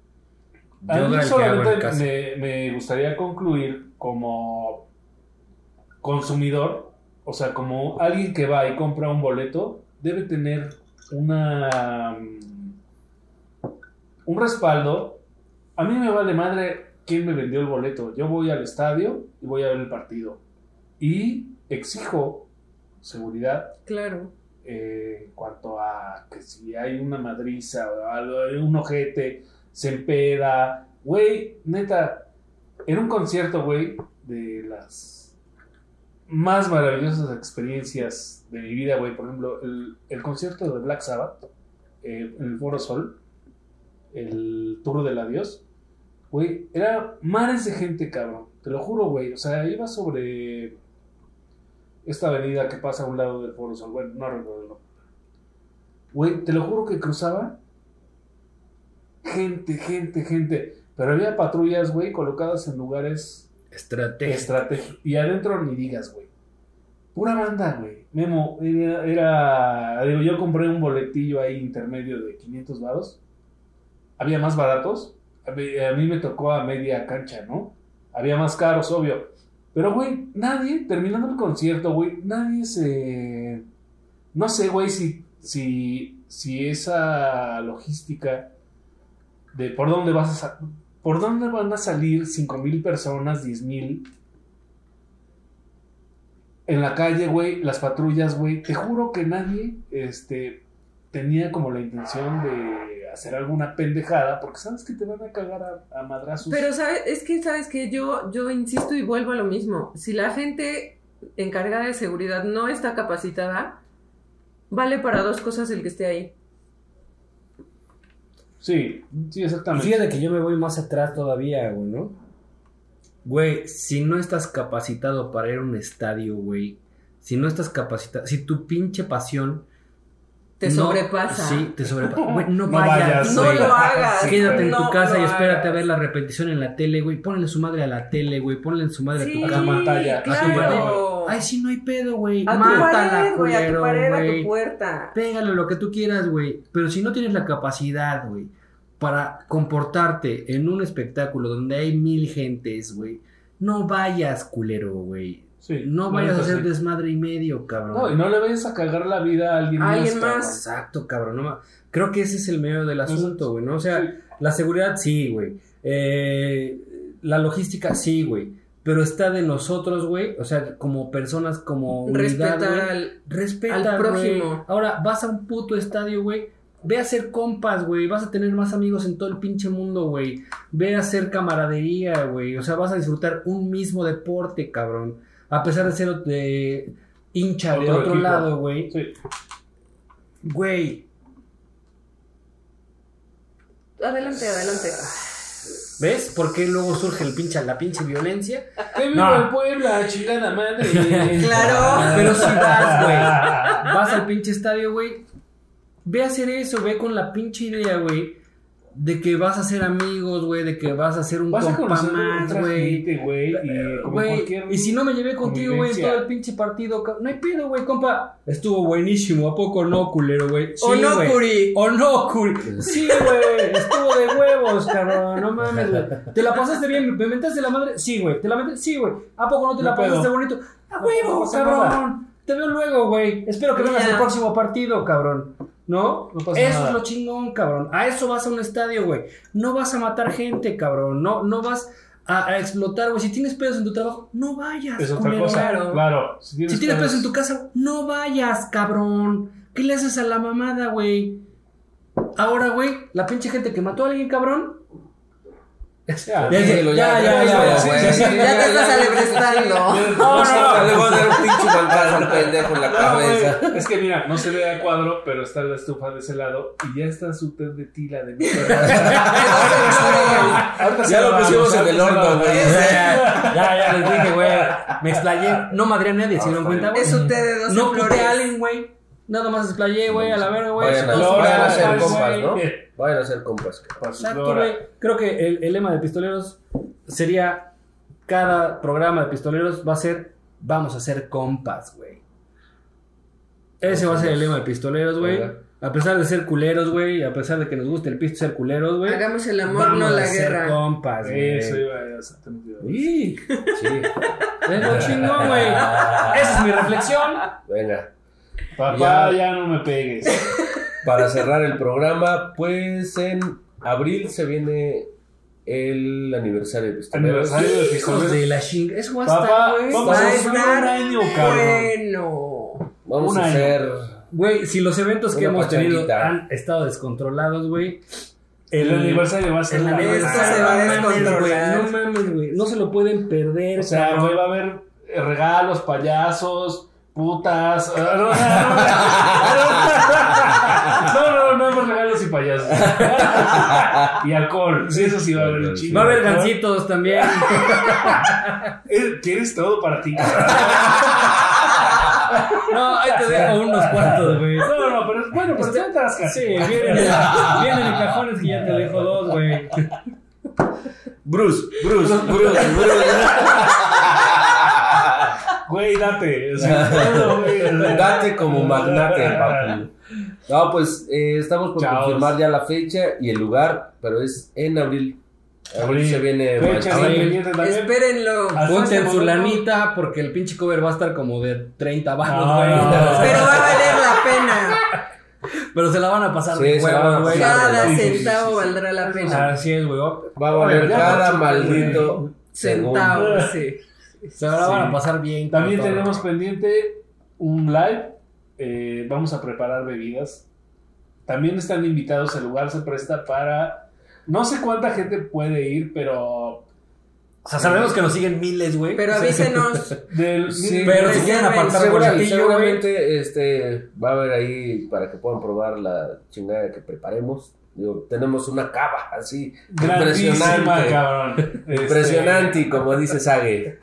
A Yoga mí el que hago en solamente casa. me gustaría concluir como consumidor, o sea, como alguien que va y compra un boleto, debe tener un respaldo. A mí me vale madre quién me vendió el boleto. Yo voy al estadio y voy a ver el partido. Y exijo seguridad Claro. en cuanto a que si hay una madriza o algo, un ojete, se empeda, güey, neta, en un concierto, güey, de las más maravillosas experiencias de mi vida, güey, por ejemplo, el concierto de Black Sabbath, en el Foro Sol, el Tour del Adiós, güey, era mares de gente, cabrón, te lo juro, güey, o sea, iba sobre esta avenida que pasa a un lado del Foro Sol, bueno, no recuerdo el nombre. Güey, te lo juro que cruzaba gente, pero había patrullas, güey, colocadas en lugares estratégicos, y adentro ni digas, güey. Pura banda, güey. Memo, digo, yo compré un boletillo ahí intermedio de 500 varos. Había más baratos. A mí me tocó a media cancha, ¿no? Había más caros, obvio. Pero, güey, nadie, terminando el concierto, güey, nadie se... No sé, güey, si esa logística de por dónde por dónde van a salir 5,000 personas, 10,000 en la calle, güey, las patrullas, güey. Te juro que nadie tenía como la intención de hacer alguna pendejada, porque sabes que te van a cagar a madrazos. Pero sabes que yo insisto y vuelvo a lo mismo. Si la gente encargada de seguridad no está capacitada, vale para dos cosas el que esté ahí. Sí, exactamente. Fíjate que yo me voy más atrás todavía, güey, ¿no? Güey, si no estás capacitado para ir a un estadio, güey, si no estás capacitado, si tu pinche pasión te sobrepasa. Sí, te sobrepasa. Güey, no vayas, vayas. No güey. lo hagas. Quédate en tu No casa lo y espérate hagas. a ver la repetición en la tele, güey. Ponle su madre a la tele, güey. Ponle su madre Sí, a tu la pantalla. claro. Ay, sí, no hay pedo, güey. A tu Mátala, pared, güey, a tu culero, pared, a güey. tu puerta. Pégale lo que tú quieras, güey. Pero si no tienes la capacidad, güey, para comportarte en un espectáculo donde hay 1000 gentes, güey, no vayas, culero, güey. Sí, No vayas a neta, hacer sí. desmadre y medio, cabrón. No, y no le vayas a cagar la vida a alguien A más. alguien cabrón. más. Exacto, cabrón. Creo que ese es el medio del asunto, güey, ¿no? O sea, Sí. la seguridad sí, güey. La logística sí, güey. Pero está de nosotros, güey. O sea, como personas, como unidad, Respetar güey. Respeta, al prójimo. güey. Ahora, vas a un puto estadio, güey. Ve a hacer compas, güey. Vas a tener más amigos en todo el pinche mundo, güey. Ve a hacer camaradería, güey. O sea, vas a disfrutar un mismo deporte, cabrón. A pesar de ser hincha de otro equipo. lado, güey. Sí. Güey. Adelante. ¿Ves? ¿Por qué luego surge la pinche violencia? ¡Que viva No. el Puebla, chingada madre! Claro. Pero si vas, güey. Vas al pinche estadio, güey. Ve a hacer eso, ve con la pinche idea, güey. De que vas a ser amigos, güey. De que vas a ser un Vas a compa conocer más, otra güey. gente, güey. Y como Güey, cualquier y si no me llevé contigo, güey, en convivencia. todo el pinche partido, no hay pedo, güey, compa. Estuvo buenísimo, ¿a poco no, culero, güey? Sí, O no, güey. Curi. O no, Curi. Sí, güey, estuvo de huevos, cabrón, no mames, güey. ¿Te la pasaste bien? ¿Me mentaste la madre? Sí, güey. ¿Te la mentaste? Sí, güey. ¿A poco no te No la pasaste pedo. bonito? ¡A No huevo, pasa cabrón! nada. Te veo luego, güey. Espero que vengas Ya. al próximo partido, cabrón. ¿No? No pasa Eso nada. es lo chingón, cabrón. A eso vas a un estadio, güey. No vas a matar gente, cabrón. No vas a explotar, güey. Si tienes pedos en tu trabajo, no vayas, Es otra culero. cosa. Claro. Claro. Si tienes pedos en tu casa, no vayas, cabrón. ¿Qué le haces a la mamada, güey? Ahora, güey, la pinche gente que mató a alguien, cabrón. Ya, Dígelo, ya, sí, güey. sí, sí, Ya te estás alebrestando. No, le voy a dar un pinche mantazo al pendejo en la No, cabeza. güey, es que mira, no se ve a cuadro, pero está la estufa de ese lado y ya está su té de tila de mi Ya lo pusimos en el horno, güey. Ya, les dije, güey. Me explayé. No madré a nadie, ¿se dieron cuenta, güey? Es un té de 12 No puté flores. a alguien, güey. Nada más explayé, güey, a la verga, güey. Vayan a Flores, hacer güey. compas, ¿no? Vayan a hacer compas. Exacto, güey. Creo que el lema de Pistoleros sería: cada programa de Pistoleros va a ser: vamos a ser compas, güey. Ese va a ser el lema de Pistoleros, güey. Ajá. A pesar de ser culeros, güey. A pesar de que nos guste el pisto ser culeros, güey. Hagamos el amor, Vamos no la a ser guerra. compas, güey. Eso iba exactamente. Sí, Sí, es lo chingón, güey. Esa es mi reflexión. venga. Papá, ya no me pegues. Para cerrar el programa, pues en abril se viene el aniversario de Pistoleros. Aniversario de Hijos Pistoleros. de la chinga. Eso va a Papá, estar, güey. vamos Va a cumplir un estar año, cabrón. bueno. Vamos Un a año. hacer Güey, si los eventos que Una hemos tenido pachanguita. han estado descontrolados, güey. El aniversario va a ser El la aniversario Esto se va a no mames, güey, descontrolar. no mames, güey. No se lo pueden perder. O sea, cabrón. güey, va a haber regalos, payasos, putas. No, más regalos y payasos. Y alcohol. Sí, eso sí va a haber un chingo. Va a haber de alcohol. gancitos también. ¿Quieres todo para ti? No, ahí te dejo unos cuantos, güey. No, pero es bueno, pero te atascas. Sí, vienen en cajones que ya te dejo dos, güey. Bruce. Güey, date. O sea, todo, güey. Date como magnate, papi. No, pues estamos por Chavos. confirmar ya la fecha y el lugar, pero es en abril. Abril se viene Fecha más. independiente también. Espérenlo. Ponten su lanita porque el pinche cover va a estar como de 30 baros, No, güey. no. Pero va a valer la pena. Pero se la van a pasar Sí, de se la van a huevos, güey. pasar. Cada Sí, sí, sí, centavo sí, sí. valdrá la pena. Así es, güey. Va a valer Ya, cada güey. maldito Centavo, segundo. sí. Se la van a pasar bien. También con todo. tenemos pendiente un live. Vamos a preparar bebidas. También están invitados. El lugar se presta para. No sé cuánta gente puede ir, pero. O sea, sabemos que nos siguen miles, güey. Pero avísenos. Sí, Pero si quieren apartar boletillo, güey. Seguramente va a haber ahí para que puedan probar la chingada que preparemos. Digo, tenemos una cava así Grandísima, impresionante. cabrón. Impresionante, como dice Sage.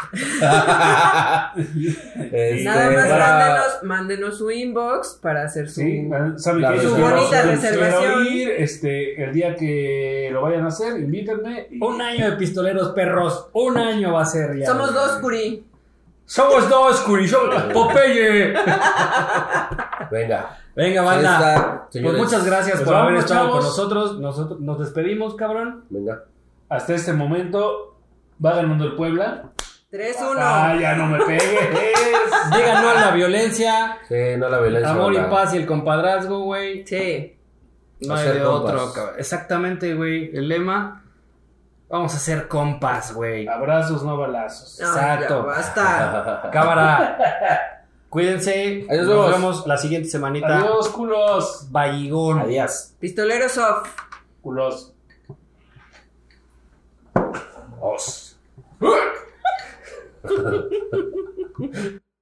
Nada más para- mándenos su inbox para hacer su... Sí, saben Claro, que su yo bonita quiero reservación. ir, el día que lo vayan a hacer, invítenme. y- Un año de pistoleros, perros. Un año va a ser ya. Somos güey. dos, Curi. Somos dos, Curi. Somos Popeye. Venga. Venga, Ahí banda. está, Pues señores. muchas gracias Pues por haber vámonos, estado con chavos. nosotros. Nosotros nos despedimos, cabrón. Venga. Hasta este momento va ganando el Puebla. 3-1. Ah, ya no me pegues. Digan no a la violencia. Sí, no la violencia. Amor y banda. paz y el compadrazgo, güey. Sí. No hay Hacer de compas. otro, cabrón. Exactamente, güey. El lema. Vamos a ser compas, güey. Abrazos, no balazos. No, Exacto. ya basta. Cámara. Cuídense. Ahí nos Nos vemos. vemos la siguiente semanita. Adiós, culos. Bayigón. Adiós. Pistoleros off. Culos. Os.